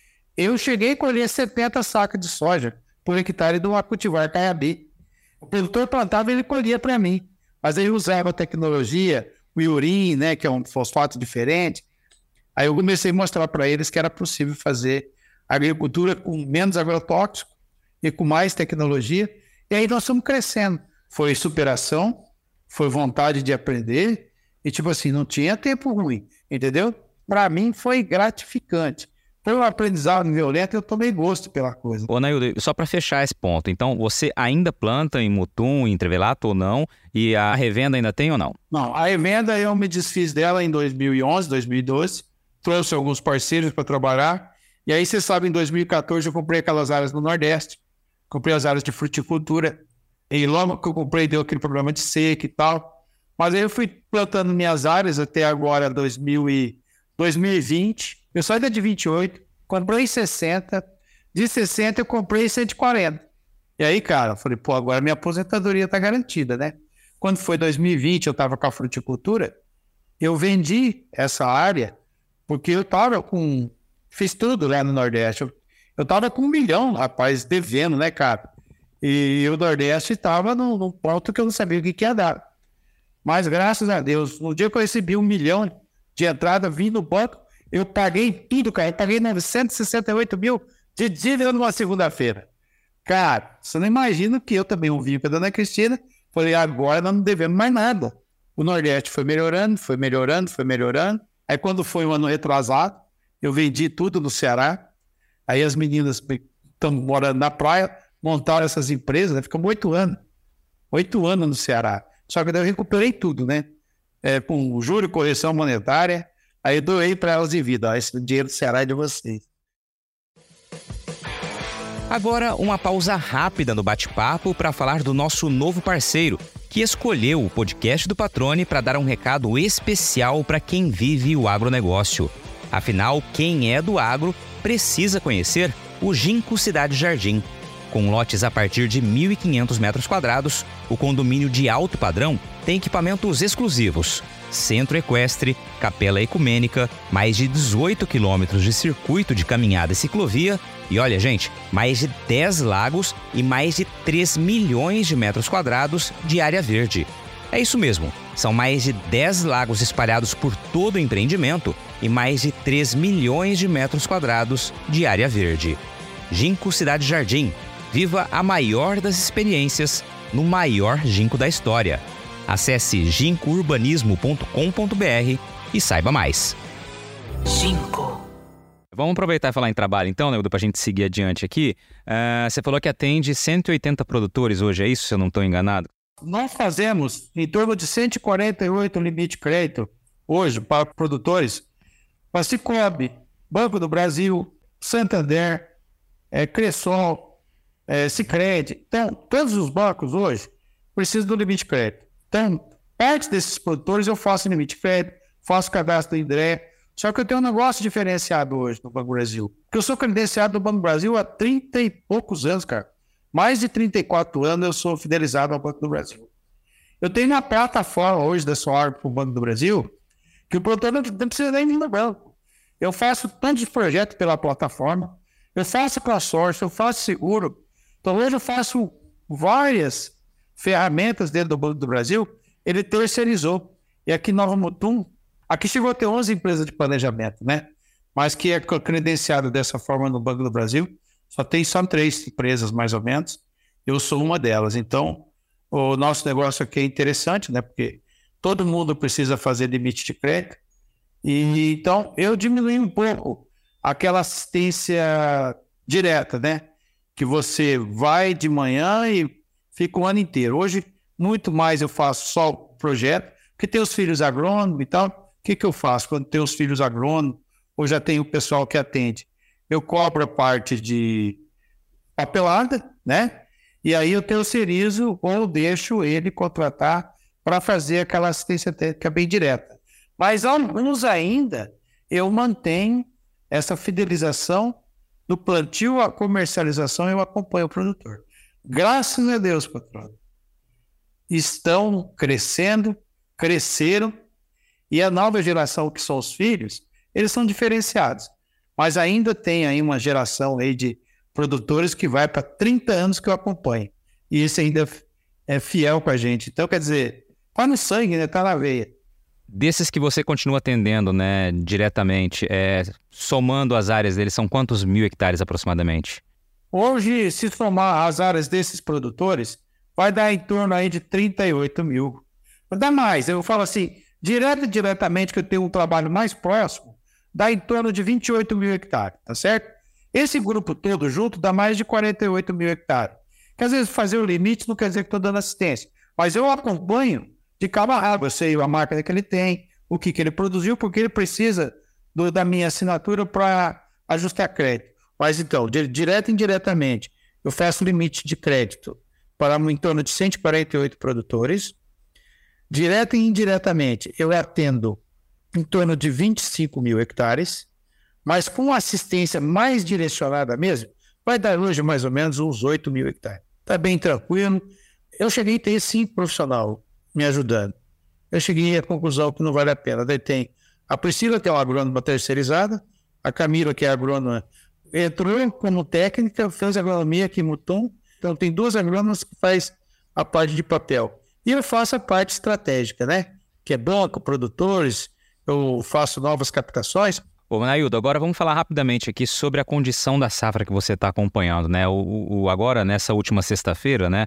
eu cheguei a colher setenta sacas de soja por hectare do cultivar Caiabi. O produtor plantava e ele colhia para mim. Mas aí eu usava a tecnologia, o Iurim, né, que é um fosfato diferente. Aí eu comecei a mostrar para eles que era possível fazer agricultura com menos agrotóxico e com mais tecnologia. E aí nós fomos crescendo. Foi superação, foi vontade de aprender. E tipo assim, não tinha tempo ruim, entendeu? Para mim foi gratificante. Foi um aprendizado violento, eu tomei gosto pela coisa. Ô, Naildo, só para fechar esse ponto, então você ainda planta em Mutum, em Trevelato ou não? E a revenda ainda tem ou não? Não, a emenda eu me desfiz dela em dois mil e onze, dois mil e doze, trouxe alguns parceiros para trabalhar, e aí você sabe, em dois mil e quatorze eu comprei aquelas áreas no Nordeste, comprei as áreas de fruticultura, e logo que eu comprei deu aquele problema de seca e tal, mas aí eu fui plantando minhas áreas até agora, dois mil e dois mil e vinte, eu saí da de vinte e oito, comprei sessenta, de sessenta eu comprei cento e quarenta. E aí, cara, eu falei, pô, agora minha aposentadoria tá garantida, né? Quando foi dois mil e vinte, eu tava com a fruticultura, eu vendi essa área porque eu tava com... Fiz tudo lá no Nordeste. Eu, eu tava com um milhão, rapaz, devendo, né, cara? E o Nordeste tava num, num ponto que eu não sabia o que, que ia dar. Mas, graças a Deus, no dia que eu recebi um milhão de entrada, vim no banco, eu paguei tudo, cara. Eu paguei novecentos e sessenta e oito mil de dívida numa segunda-feira. Cara, você não imagina que eu também ouvi com a dona Cristina. Falei, agora nós não devemos mais nada. O Nordeste foi melhorando, foi melhorando, foi melhorando. Aí quando foi um ano retrasado, eu vendi tudo no Ceará. Aí as meninas estão morando na praia, montaram essas empresas, né? Ficamos oito anos. Oito anos no Ceará. Só que daí eu recuperei tudo, né? É, com juro e correção monetária. Aí eu doei para elas de vida. Ó, esse dinheiro do Ceará é de vocês. Agora, uma pausa rápida no bate-papo para falar do nosso novo parceiro, que escolheu o podcast do Patrone para dar um recado especial para quem vive o agronegócio. Afinal, quem é do agro precisa conhecer o Ginkgo Cidade Jardim. Com lotes a partir de mil e quinhentos metros quadrados, o condomínio de alto padrão tem equipamentos exclusivos, centro equestre, capela ecumênica, mais de dezoito quilômetros de circuito de caminhada e ciclovia e, olha, gente, mais de dez lagos e mais de três milhões de metros quadrados de área verde. É isso mesmo, são mais de dez lagos espalhados por todo o empreendimento e mais de três milhões de metros quadrados de área verde. Ginkgo Cidade Jardim. Viva a maior das experiências no maior ginkgo da história. Acesse ginkgo urbanismo ponto com ponto b r e saiba mais. Ginkgo. Vamos aproveitar e falar em trabalho então, né, para a gente seguir adiante aqui. Uh, você falou que atende cento e oitenta produtores hoje, é isso, se eu não estou enganado? Nós fazemos em torno de cento e quarenta e oito limite de crédito hoje para produtores, para Sicoob, Banco do Brasil, Santander, é, Cressol, é, Sicredi. Então, todos os bancos hoje precisam do limite de crédito. Então, parte desses produtores eu faço limite de crédito, faço cadastro do INDRE. Só que eu tenho um negócio diferenciado hoje no Banco do Brasil. Porque eu sou credenciado do Banco do Brasil há trinta e poucos anos, cara. Mais de trinta e quatro anos eu sou fidelizado ao Banco do Brasil. Eu tenho uma plataforma hoje da Soar para o Banco do Brasil que o produtor não, não precisa nem vir no banco. Eu faço tanto de projeto pela plataforma, eu faço consórcio, eu faço seguro. Então hoje eu faço várias ferramentas dentro do Banco do Brasil, ele terceirizou. E aqui em Nova Mutum, aqui chegou a ter onze empresas de planejamento, né? Mas que é credenciado dessa forma no Banco do Brasil, só tem só três empresas mais ou menos, eu sou uma delas. Então, o nosso negócio aqui é interessante, né? Porque todo mundo precisa fazer limite de crédito. E então, eu diminui um pouco aquela assistência direta, né? Que você vai de manhã e fica o ano inteiro. Hoje, muito mais eu faço só o projeto, porque tem os filhos agrônomos e tal. O que, que eu faço quando tem os filhos agrônomos, ou já tem o pessoal que atende? Eu cobro a parte de papelada, né? E aí eu terceirizo ou deixo ele contratar para fazer aquela assistência técnica bem direta. Mas alguns ainda eu mantenho essa fidelização do plantio à comercialização, eu acompanho o produtor. Graças a Deus, patrão. Estão crescendo, cresceram, E a nova geração, que são os filhos, eles são diferenciados. Mas ainda tem aí uma geração aí de produtores que vai para trinta anos que eu acompanho. E isso ainda é fiel com a gente. Então, quer dizer, tá no sangue, né? Tá na veia. Desses que você continua atendendo, né, diretamente, é, somando as áreas deles, são quantos mil hectares aproximadamente? Hoje, se somar as áreas desses produtores, vai dar em torno aí de trinta e oito mil. Vai dar mais. Eu falo assim, direto e diretamente, que eu tenho um trabalho mais próximo, dá em torno de vinte e oito mil hectares, tá certo? Esse grupo todo junto dá mais de quarenta e oito mil hectares. Que às vezes fazer o limite não quer dizer que estou dando assistência, mas eu acompanho de cabo a rabo. Eu sei a máquina que ele tem, o que, que ele produziu, porque ele precisa do, da minha assinatura para ajustar crédito. Mas então, de, direto e indiretamente, eu faço limite de crédito para em torno de cento e quarenta e oito produtores. Direto e indiretamente, eu atendo em torno de vinte e cinco mil hectares, mas com assistência mais direcionada mesmo, vai dar hoje mais ou menos uns oito mil hectares. Está bem tranquilo. Eu cheguei a ter cinco profissionais me ajudando. Eu cheguei à conclusão que não vale a pena. Daí tem a Priscila, que é uma agrônoma terceirizada, a Camila, que é agrônoma, entrou como técnica, fez agronomia aqui em Mutum. Então tem duas agrônomas que faz a parte de papel. E eu faço a parte estratégica, né? Que é banco, produtores, eu faço novas captações. Ô, Naildo, agora vamos falar rapidamente aqui sobre a condição da safra que você está acompanhando, né? O, o, agora, nessa última sexta-feira, né?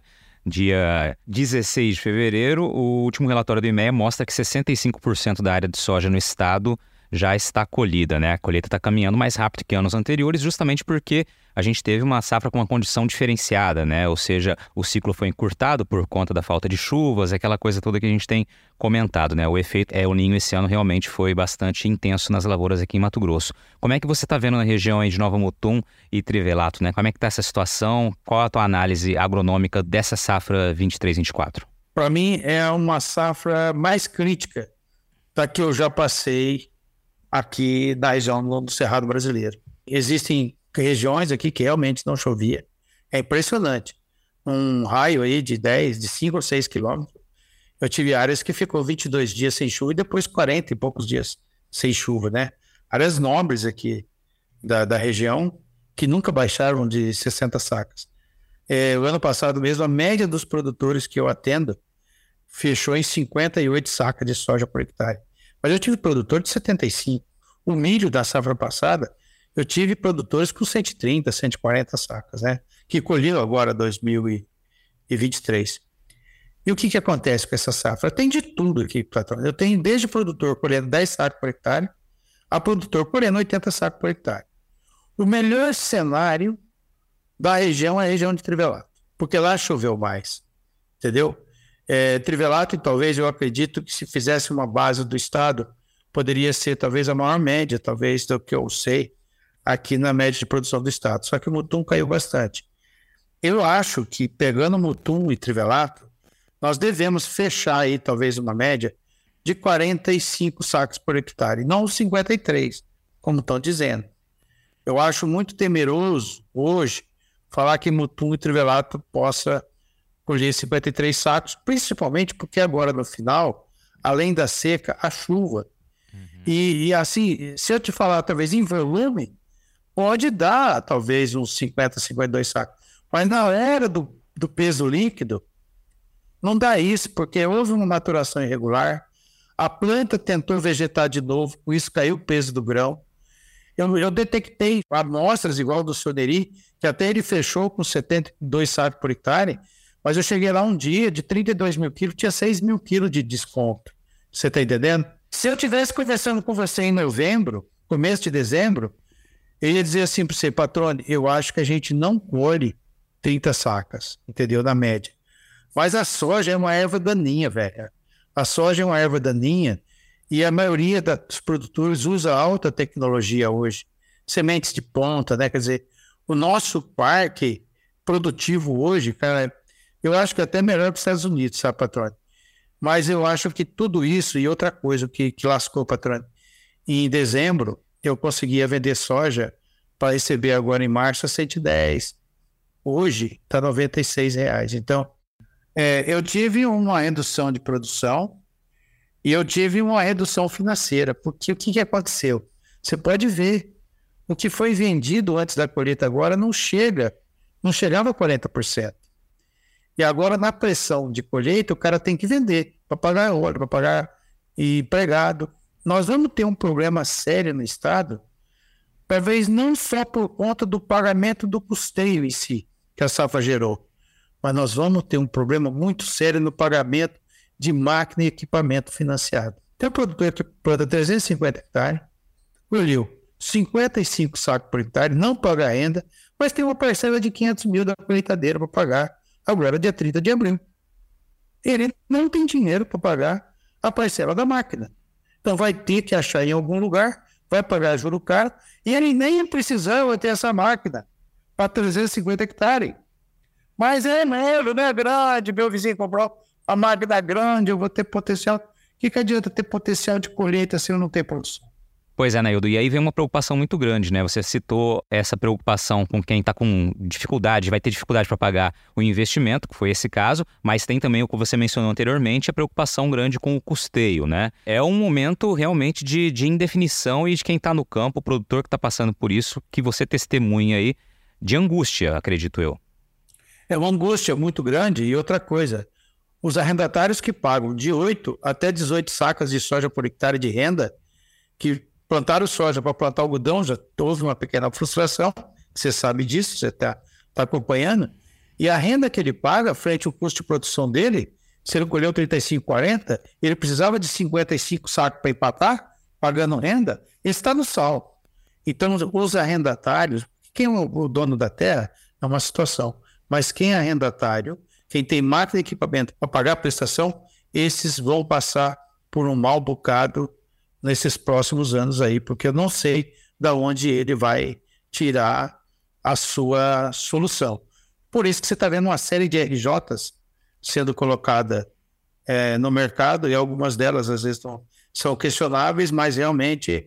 Dia dezesseis de fevereiro, o último relatório do IMEA mostra que sessenta e cinco por cento da área de soja no estado já está colhida, né? A colheita está caminhando mais rápido que anos anteriores, justamente porque a gente teve uma safra com uma condição diferenciada, né? Ou seja, o ciclo foi encurtado por conta da falta de chuvas, aquela coisa toda que a gente tem comentado, né? O efeito El Niño esse ano realmente foi bastante intenso nas lavouras aqui em Mato Grosso. Como é que você está vendo na região aí de Nova Mutum e Trivelato, né? Como é que está essa situação? Qual a tua análise agronômica dessa safra vinte e três, vinte e quatro? Para mim, é uma safra mais crítica da que eu já passei aqui na região do Cerrado Brasileiro. Existem regiões aqui que realmente não chovia. É impressionante. Um raio aí de dez, de cinco ou seis quilômetros. Eu tive áreas que ficou vinte e dois dias sem chuva e depois quarenta e poucos dias sem chuva, né? Áreas nobres aqui da, da região que nunca baixaram de sessenta sacas. É, o ano passado mesmo, a média dos produtores que eu atendo fechou em cinquenta e oito sacas de soja por hectare. Mas eu tive produtor de setenta e cinco. O milho da safra passada, eu tive produtores com cento e trinta, cento e quarenta sacas, né? Que colhiam agora dois mil e vinte e três. E o que que acontece com essa safra? Tem de tudo aqui, patrão. Eu tenho desde produtor colhendo dez sacos por hectare a produtor colhendo oitenta sacos por hectare. O melhor cenário da região é a região de Trivelato, porque lá choveu mais, entendeu? É, Trivelato, talvez, eu acredito que se fizesse uma base do estado, poderia ser talvez a maior média, talvez, do que eu sei, aqui na média de produção do estado. Só que o Mutum caiu bastante. Eu acho que, pegando Mutum e Trivelato, nós devemos fechar aí, talvez, uma média de quarenta e cinco sacos por hectare, não os cinquenta e três, como estão dizendo. Eu acho muito temeroso, hoje, falar que Mutum e Trivelato possa colher cinquenta e três sacos, principalmente porque agora no final, além da seca, a chuva. Uhum. E, e assim, se eu te falar talvez em volume, pode dar talvez uns cinquenta, cinquenta e dois sacos. Mas na era do, do peso líquido, não dá isso, porque houve uma maturação irregular, a planta tentou vegetar de novo, com isso caiu o peso do grão. Eu, eu detectei amostras igual do Soneri, que até ele fechou com setenta e dois sacos por hectare, mas eu cheguei lá um dia, de trinta e dois mil quilos, tinha seis mil quilos de desconto. Você está entendendo? Se eu estivesse conversando com você em novembro, começo de dezembro, eu ia dizer assim para você, patrone, eu acho que a gente não colhe trinta sacas, entendeu? Na média. Mas a soja é uma erva daninha, velho. A soja é uma erva daninha e a maioria dos produtores usa alta tecnologia hoje. Sementes de ponta, né? Quer dizer, o nosso parque produtivo hoje, cara, eu acho que é até melhor para os Estados Unidos, sabe, patrônio? Mas eu acho que tudo isso e outra coisa que, que lascou, patrônio. Em dezembro, eu conseguia vender soja para receber agora em março a cento e dez. Hoje está noventa e seis reais. Então, é, eu tive uma redução de produção E eu tive uma redução financeira, porque o que, que aconteceu? Você pode ver, o que foi vendido antes da colheita agora não chega, não chegava a quarenta por cento. E agora, na pressão de colheita, o cara tem que vender para pagar óleo, para pagar empregado. Nós vamos ter um problema sério no Estado, talvez não só por conta do pagamento do custeio em si, que a safra gerou, mas nós vamos ter um problema muito sério no pagamento de máquina e equipamento financiado. Tem um produtor que planta trezentos e cinquenta hectares, colheu cinquenta e cinco sacos por hectare, não paga renda, mas tem uma parcela de quinhentos mil da colheitadeira para pagar agora dia trinta de abril. Ele não tem dinheiro para pagar a parcela da máquina. Então vai ter que achar em algum lugar, vai pagar juro caro, e ele nem precisava ter essa máquina para trezentos e cinquenta hectares. Mas é mesmo, não é grande, meu vizinho comprou a máquina grande, eu vou ter potencial. O que, que adianta ter potencial de colheita se eu não tenho produção? Pois é, Naildo, e aí vem uma preocupação muito grande, né? Você citou essa preocupação com quem está com dificuldade, vai ter dificuldade para pagar o investimento, que foi esse caso, mas tem também o que você mencionou anteriormente, a preocupação grande com o custeio, né? É um momento realmente de, de indefinição e de quem está no campo, o produtor que está passando por isso, que você testemunha aí, de angústia, acredito eu. É uma angústia muito grande. E outra coisa, os arrendatários que pagam de oito até dezoito sacas de soja por hectare de renda, que plantaram soja para plantar algodão, já houve uma pequena frustração, você sabe disso, você está tá acompanhando, e a renda que ele paga frente ao custo de produção dele, se ele colheu trinta e cinco, quarenta, ele precisava de cinquenta e cinco sacos para empatar, pagando renda, ele está no sal. Então, os arrendatários, quem é o dono da terra, é uma situação, mas quem é arrendatário, quem tem máquina e equipamento para pagar a prestação, esses vão passar por um mau bocado nesses próximos anos aí, porque eu não sei de onde ele vai tirar a sua solução. Por isso que você está vendo uma série de R Js sendo colocada é, no mercado, e algumas delas às vezes não, são questionáveis, mas realmente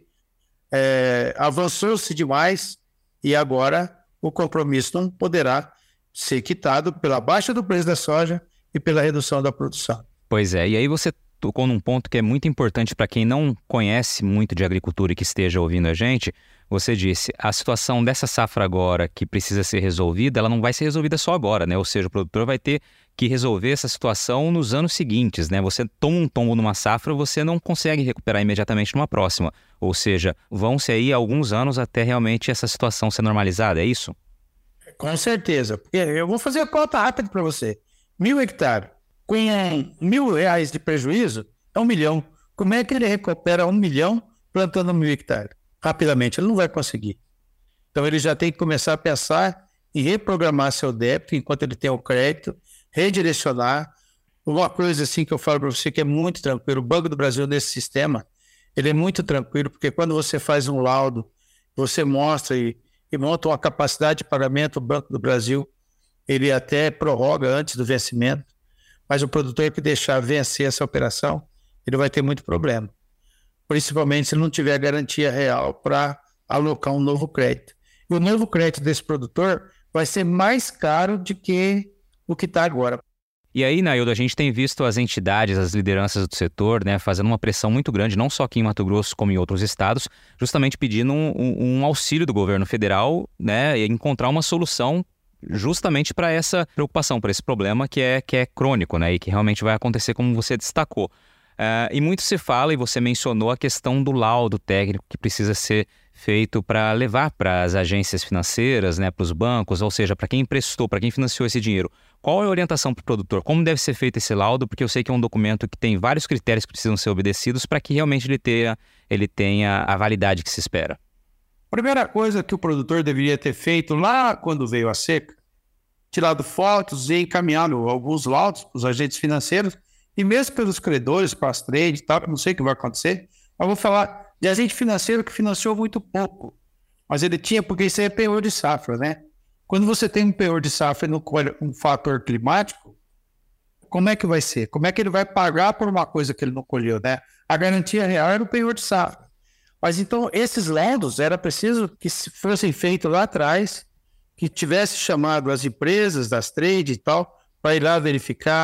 é, avançou-se demais e agora o compromisso não poderá ser quitado pela baixa do preço da soja e pela redução da produção. Pois é, e aí você tocou num ponto que é muito importante para quem não conhece muito de agricultura e que esteja ouvindo a gente. Você disse, a situação dessa safra agora que precisa ser resolvida, ela não vai ser resolvida só agora, né? Ou seja, o produtor vai ter que resolver essa situação nos anos seguintes, né? Você toma um tombo numa safra, você não consegue recuperar imediatamente numa próxima. Ou seja, vão-se aí alguns anos até realmente essa situação ser normalizada, é isso? Com certeza. Porque eu vou fazer a conta rápida para você. Mil hectares. Com mil reais de prejuízo, é um milhão. Como é que ele recupera um milhão plantando mil hectares? Rapidamente, ele não vai conseguir. Então, ele já tem que começar a pensar em reprogramar seu débito enquanto ele tem o crédito, redirecionar. Uma coisa assim que eu falo para você que é muito tranquilo, o Banco do Brasil nesse sistema, ele é muito tranquilo, porque quando você faz um laudo, você mostra e, e monta uma capacidade de pagamento, o Banco do Brasil, ele até prorroga antes do vencimento. Mas o produtor que deixar vencer essa operação, ele vai ter muito problema. Principalmente se não tiver garantia real para alocar um novo crédito. E o novo crédito desse produtor vai ser mais caro do que o que está agora. E aí, Naildo, a gente tem visto as entidades, as lideranças do setor, né, fazendo uma pressão muito grande, não só aqui em Mato Grosso, como em outros estados, justamente pedindo um, um, um auxílio do governo federal, né, e encontrar uma solução justamente para essa preocupação, para esse problema que é, que é crônico, né, e que realmente vai acontecer como você destacou. Uh, e muito se fala, e você mencionou a questão do laudo técnico que precisa ser feito para levar para as agências financeiras, né, para os bancos, ou seja, para quem emprestou, para quem financiou esse dinheiro. Qual é a orientação para o produtor? Como deve ser feito esse laudo? Porque eu sei que é um documento que tem vários critérios que precisam ser obedecidos para que realmente ele tenha, ele tenha a validade que se espera. Primeira coisa que o produtor deveria ter feito lá quando veio a seca, tirado fotos e encaminhado alguns laudos para os agentes financeiros e mesmo pelos credores, para as trades e tal, não sei o que vai acontecer, mas vou falar de agente financeiro que financiou muito pouco, mas ele tinha, porque isso aí é penhor de safra, né? Quando você tem um penhor de safra e não colhe um fator climático, como é que vai ser? Como é que ele vai pagar por uma coisa que ele não colheu, né? A garantia real era o penhor de safra. Mas então, esses laudos, era preciso que fossem feitos lá atrás, que tivesse chamado as empresas das trades e tal, para ir lá verificar,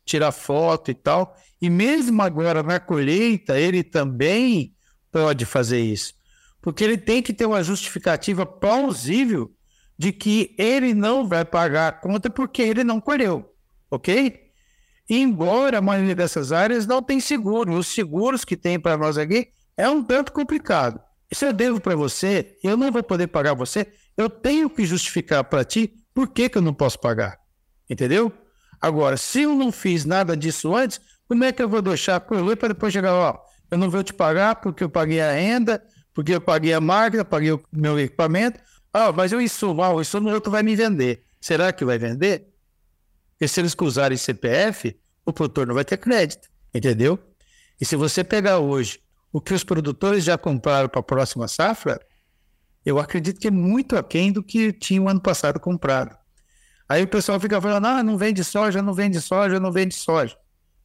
tirar foto e tal. E mesmo agora na colheita, ele também pode fazer isso. Porque ele tem que ter uma justificativa plausível de que ele não vai pagar a conta porque ele não colheu, ok? Embora a maioria dessas áreas não tem seguro. Os seguros que tem para nós aqui é um tanto complicado. Se eu devo para você, eu não vou poder pagar você, eu tenho que justificar para ti por que, que eu não posso pagar. Entendeu? Agora, se eu não fiz nada disso antes, como é que eu vou deixar por lei para depois chegar, ó, eu não vou te pagar porque eu paguei a renda, porque eu paguei a máquina, paguei o meu equipamento, ah, mas o insumo, ah, o insumo outro vai me vender. Será que vai vender? Porque se eles usarem C P F, o produtor não vai ter crédito, entendeu? E se você pegar hoje o que os produtores já compraram para a próxima safra, eu acredito que é muito aquém do que tinha o ano passado comprado. Aí o pessoal fica falando, ah, não vende soja, não vende soja, não vende soja.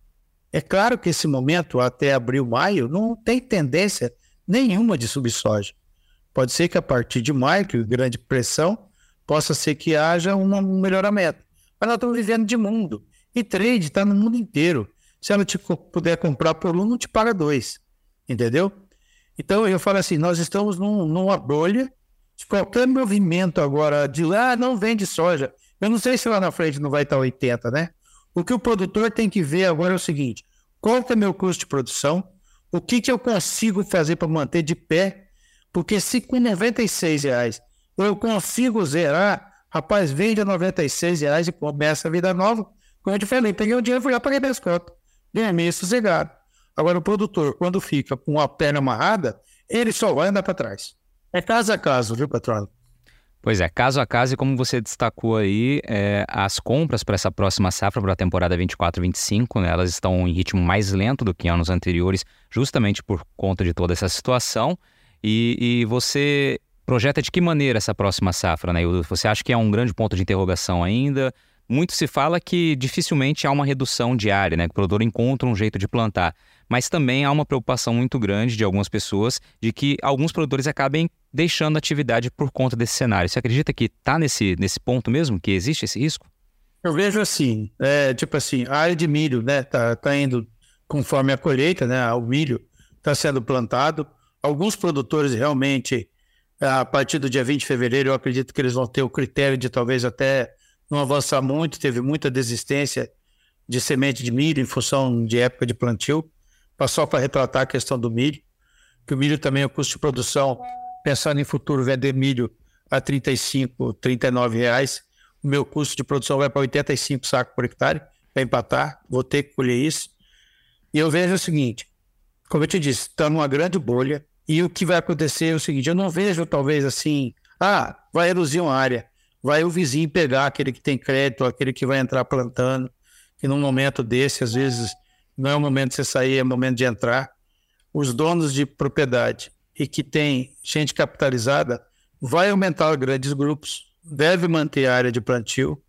É claro que esse momento, até abril, maio, não tem tendência nenhuma de subir soja. Pode ser que a partir de maio, que grande pressão, possa ser que haja um melhoramento. Mas nós estamos vivendo de mundo. E trade está no mundo inteiro. Se ela te puder comprar por um, não te paga dois. Entendeu? Então eu falo assim, nós estamos num, numa bolha, de qualquer movimento agora de lá, ah, não vende soja. Eu não sei se lá na frente não vai estar oitenta, né? O que o produtor tem que ver agora é o seguinte, qual que é meu custo de produção, o que, que eu consigo fazer para manter de pé, porque se com noventa e seis reais eu consigo zerar, rapaz, vende a noventa e seis reais e começa a vida nova. Como eu te falei, peguei o dinheiro e fui lá, paguei minhas contas. Ganhei meio sossegado. Agora o produtor, quando fica com a perna amarrada, ele só vai andar para trás. É caso a caso, viu, patrão? Pois é, caso a caso, e como você destacou aí, é, as compras para essa próxima safra, para a temporada vinte e quatro vinte e cinco, né, elas estão em ritmo mais lento do que anos anteriores, justamente por conta de toda essa situação. E, e você projeta de que maneira essa próxima safra, né? Você acha que é um grande ponto de interrogação ainda? Muito se fala que dificilmente há uma redução de área, né? Que o produtor encontra um jeito de plantar. Mas também há uma preocupação muito grande de algumas pessoas de que alguns produtores acabem deixando a atividade por conta desse cenário. Você acredita que está nesse, nesse ponto mesmo, que existe esse risco? Eu vejo assim, é, tipo assim, a área de milho, né, tá, tá indo conforme a colheita, né, o milho está sendo plantado. Alguns produtores realmente, a partir do dia vinte de fevereiro, eu acredito que eles vão ter o critério de talvez até não avançar muito, teve muita desistência de semente de milho em função de época de plantio, só para retratar a questão do milho, que o milho também é o custo de produção, pensando em futuro vender milho a trinta e cinco, trinta e nove reais, o meu custo de produção vai para oitenta e cinco sacos por hectare, para empatar, vou ter que colher isso. E eu vejo o seguinte, como eu te disse, está numa grande bolha, e o que vai acontecer é o seguinte, eu não vejo talvez assim, ah, vai reduzir uma área, vai o vizinho pegar aquele que tem crédito, aquele que vai entrar plantando, que num momento desse, às vezes, não é o momento de você sair, é o momento de entrar. Os donos de propriedade e que tem gente capitalizada, vai aumentar os grandes grupos, deve manter a área de plantio,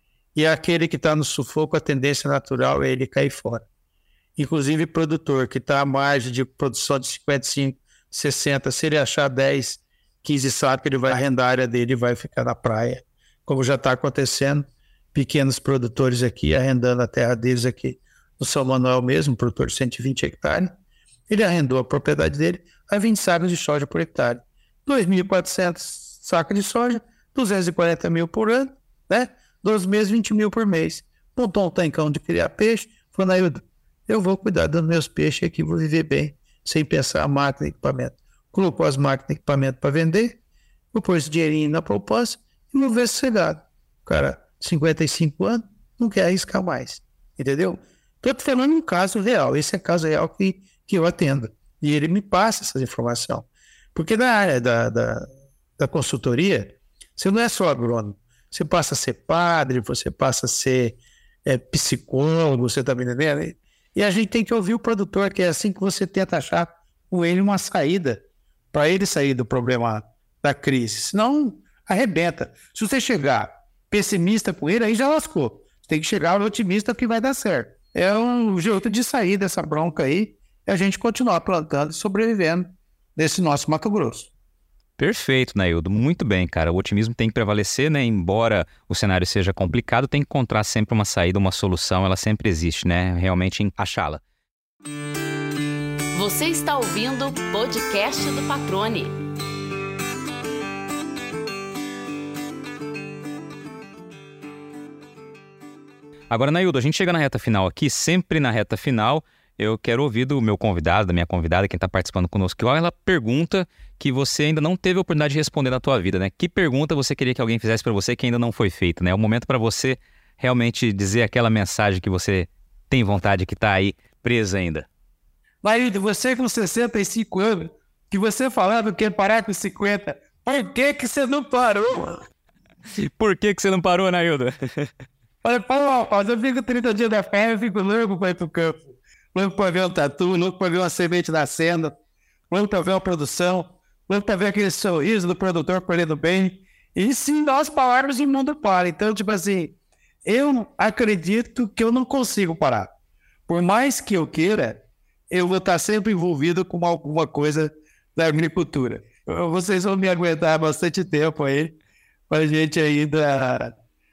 e aquele que está no sufoco, a tendência natural é ele cair fora. Inclusive, produtor que está à margem de produção de cinquenta e cinco, sessenta, se ele achar dez, quinze sacos, ele vai arrendar a área dele e vai ficar na praia, como já está acontecendo, pequenos produtores aqui, arrendando a terra deles aqui no São Manuel mesmo, produtor de cento e vinte hectares, ele arrendou a propriedade dele a vinte sacos de soja por hectare. dois mil e quatrocentos sacos de soja, duzentos e quarenta mil por ano, né? doze meses, vinte mil por mês. Montou um tancão de criar peixe, falou, Naildo, eu vou cuidar dos meus peixes aqui, vou viver bem, sem pensar a máquina e equipamento. Colocou as máquinas e equipamento para vender, vou pôr esse dinheirinho na poupança e vou ver sossegado. O cara, cinquenta e cinco anos, não quer arriscar mais, entendeu? Estou te falando um caso real, esse é caso real que, que eu atendo. E ele me passa essa informação. Porque na área da, da, da consultoria, você não é só agrônomo, você passa a ser padre, você passa a ser é, psicólogo, você está me entendendo? E a gente tem que ouvir o produtor, que é assim que você tenta achar com ele uma saída, para ele sair do problema da crise. Senão, arrebenta. Se você chegar pessimista com ele, aí já lascou. Você tem que chegar otimista que vai dar certo. É um jeito de sair dessa bronca aí, e a gente continuar plantando e sobrevivendo nesse nosso Mato Grosso. Perfeito, Naildo. Muito bem, cara. O otimismo tem que prevalecer, né? Embora o cenário seja complicado, tem que encontrar sempre uma saída, uma solução. Ela sempre existe, né? Realmente achá-la. Você está ouvindo o podcast do Patrone. Agora, Naildo, a gente chega na reta final aqui, sempre na reta final, eu quero ouvir do meu convidado, da minha convidada, quem está participando conosco, qual é a pergunta que você ainda não teve a oportunidade de responder na tua vida, né? Que pergunta você queria que alguém fizesse para você que ainda não foi feita, né? É o momento para você realmente dizer aquela mensagem que você tem vontade, que está aí presa ainda. Naildo, você com sessenta e cinco anos, que você falava que ia parar com cinquenta, por que que você não parou? Por que que você não parou, Naildo? Olha, pô, rapaz, eu fico trinta dias da férias, eu fico louco para ir pro campo. Louco para ver um tatu, louco para ver uma semente nascendo, louco para ver uma produção, louco para ver aquele sorriso do produtor colhendo bem. E se nós pararmos, o mundo para. Então, tipo assim, eu acredito que eu não consigo parar. Por mais que eu queira, eu vou estar sempre envolvido com alguma coisa da agricultura. Vocês vão me aguentar bastante tempo aí, para a gente ainda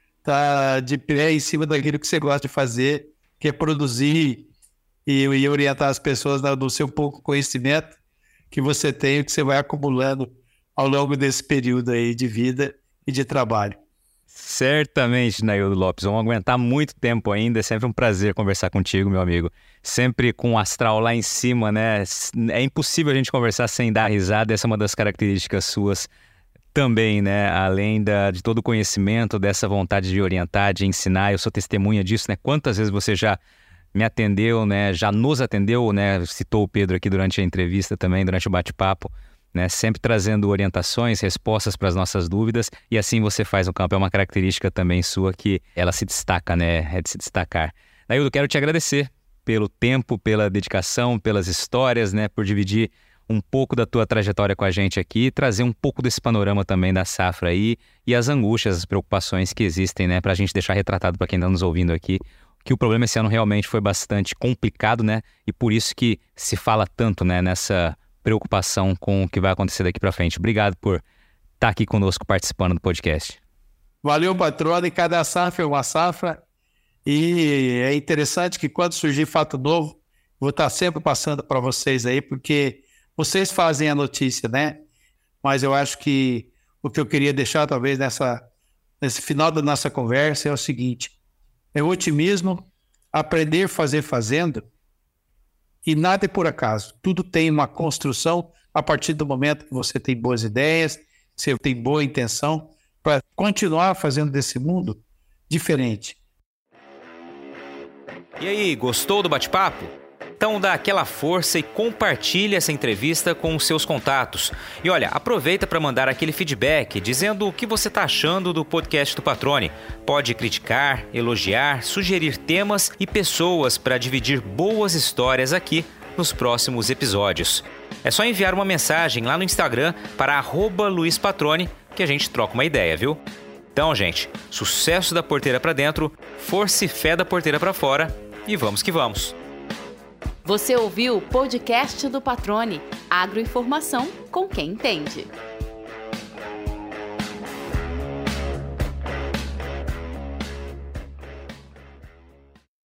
tá de pé em cima daquilo que você gosta de fazer, que é produzir e, e orientar as pessoas no seu pouco conhecimento que você tem, que você vai acumulando ao longo desse período aí de vida e de trabalho. Certamente, Naildo Lopes, vamos aguentar muito tempo ainda, é sempre um prazer conversar contigo, meu amigo. Sempre com o astral lá em cima, né? É impossível a gente conversar sem dar risada, essa é uma das características suas também, né? Além da, de todo o conhecimento, dessa vontade de orientar, de ensinar, eu sou testemunha disso, né? Quantas vezes você já me atendeu, né? Já nos atendeu, né? Citou o Pedro aqui durante a entrevista também, durante o bate-papo, né? Sempre trazendo orientações, respostas para as nossas dúvidas, e assim você faz no campo. É uma característica também sua que ela se destaca, né? É de se destacar. Naildo, quero te agradecer pelo tempo, pela dedicação, pelas histórias, né? Por dividir um pouco da tua trajetória com a gente aqui, trazer um pouco desse panorama também da safra aí e as angústias, as preocupações que existem, né, para a gente deixar retratado para quem está nos ouvindo aqui, que o problema esse ano realmente foi bastante complicado, né, e por isso que se fala tanto, né, nessa preocupação com o que vai acontecer daqui para frente. Obrigado por estar aqui conosco participando do podcast. Valeu, Patrone, cada safra é uma safra e é interessante que quando surgir fato novo, vou estar sempre passando para vocês aí, porque vocês fazem a notícia, né? Mas eu acho que o que eu queria deixar, talvez, nessa, nesse final da nossa conversa é o seguinte: é o otimismo, aprender a fazer fazendo, e nada é por acaso. Tudo tem uma construção a partir do momento que você tem boas ideias, você tem boa intenção para continuar fazendo desse mundo diferente. E aí, gostou do bate-papo? Então dá aquela força e compartilha essa entrevista com os seus contatos. E olha, aproveita para mandar aquele feedback dizendo o que você está achando do podcast do Patrone. Pode criticar, elogiar, sugerir temas e pessoas para dividir boas histórias aqui nos próximos episódios. É só enviar uma mensagem lá no Instagram para arroba Luiz Patrone que a gente troca uma ideia, viu? Então, gente, sucesso da porteira para dentro, força e fé da porteira para fora e vamos que vamos! Você ouviu o podcast do Patrone, agroinformação com quem entende.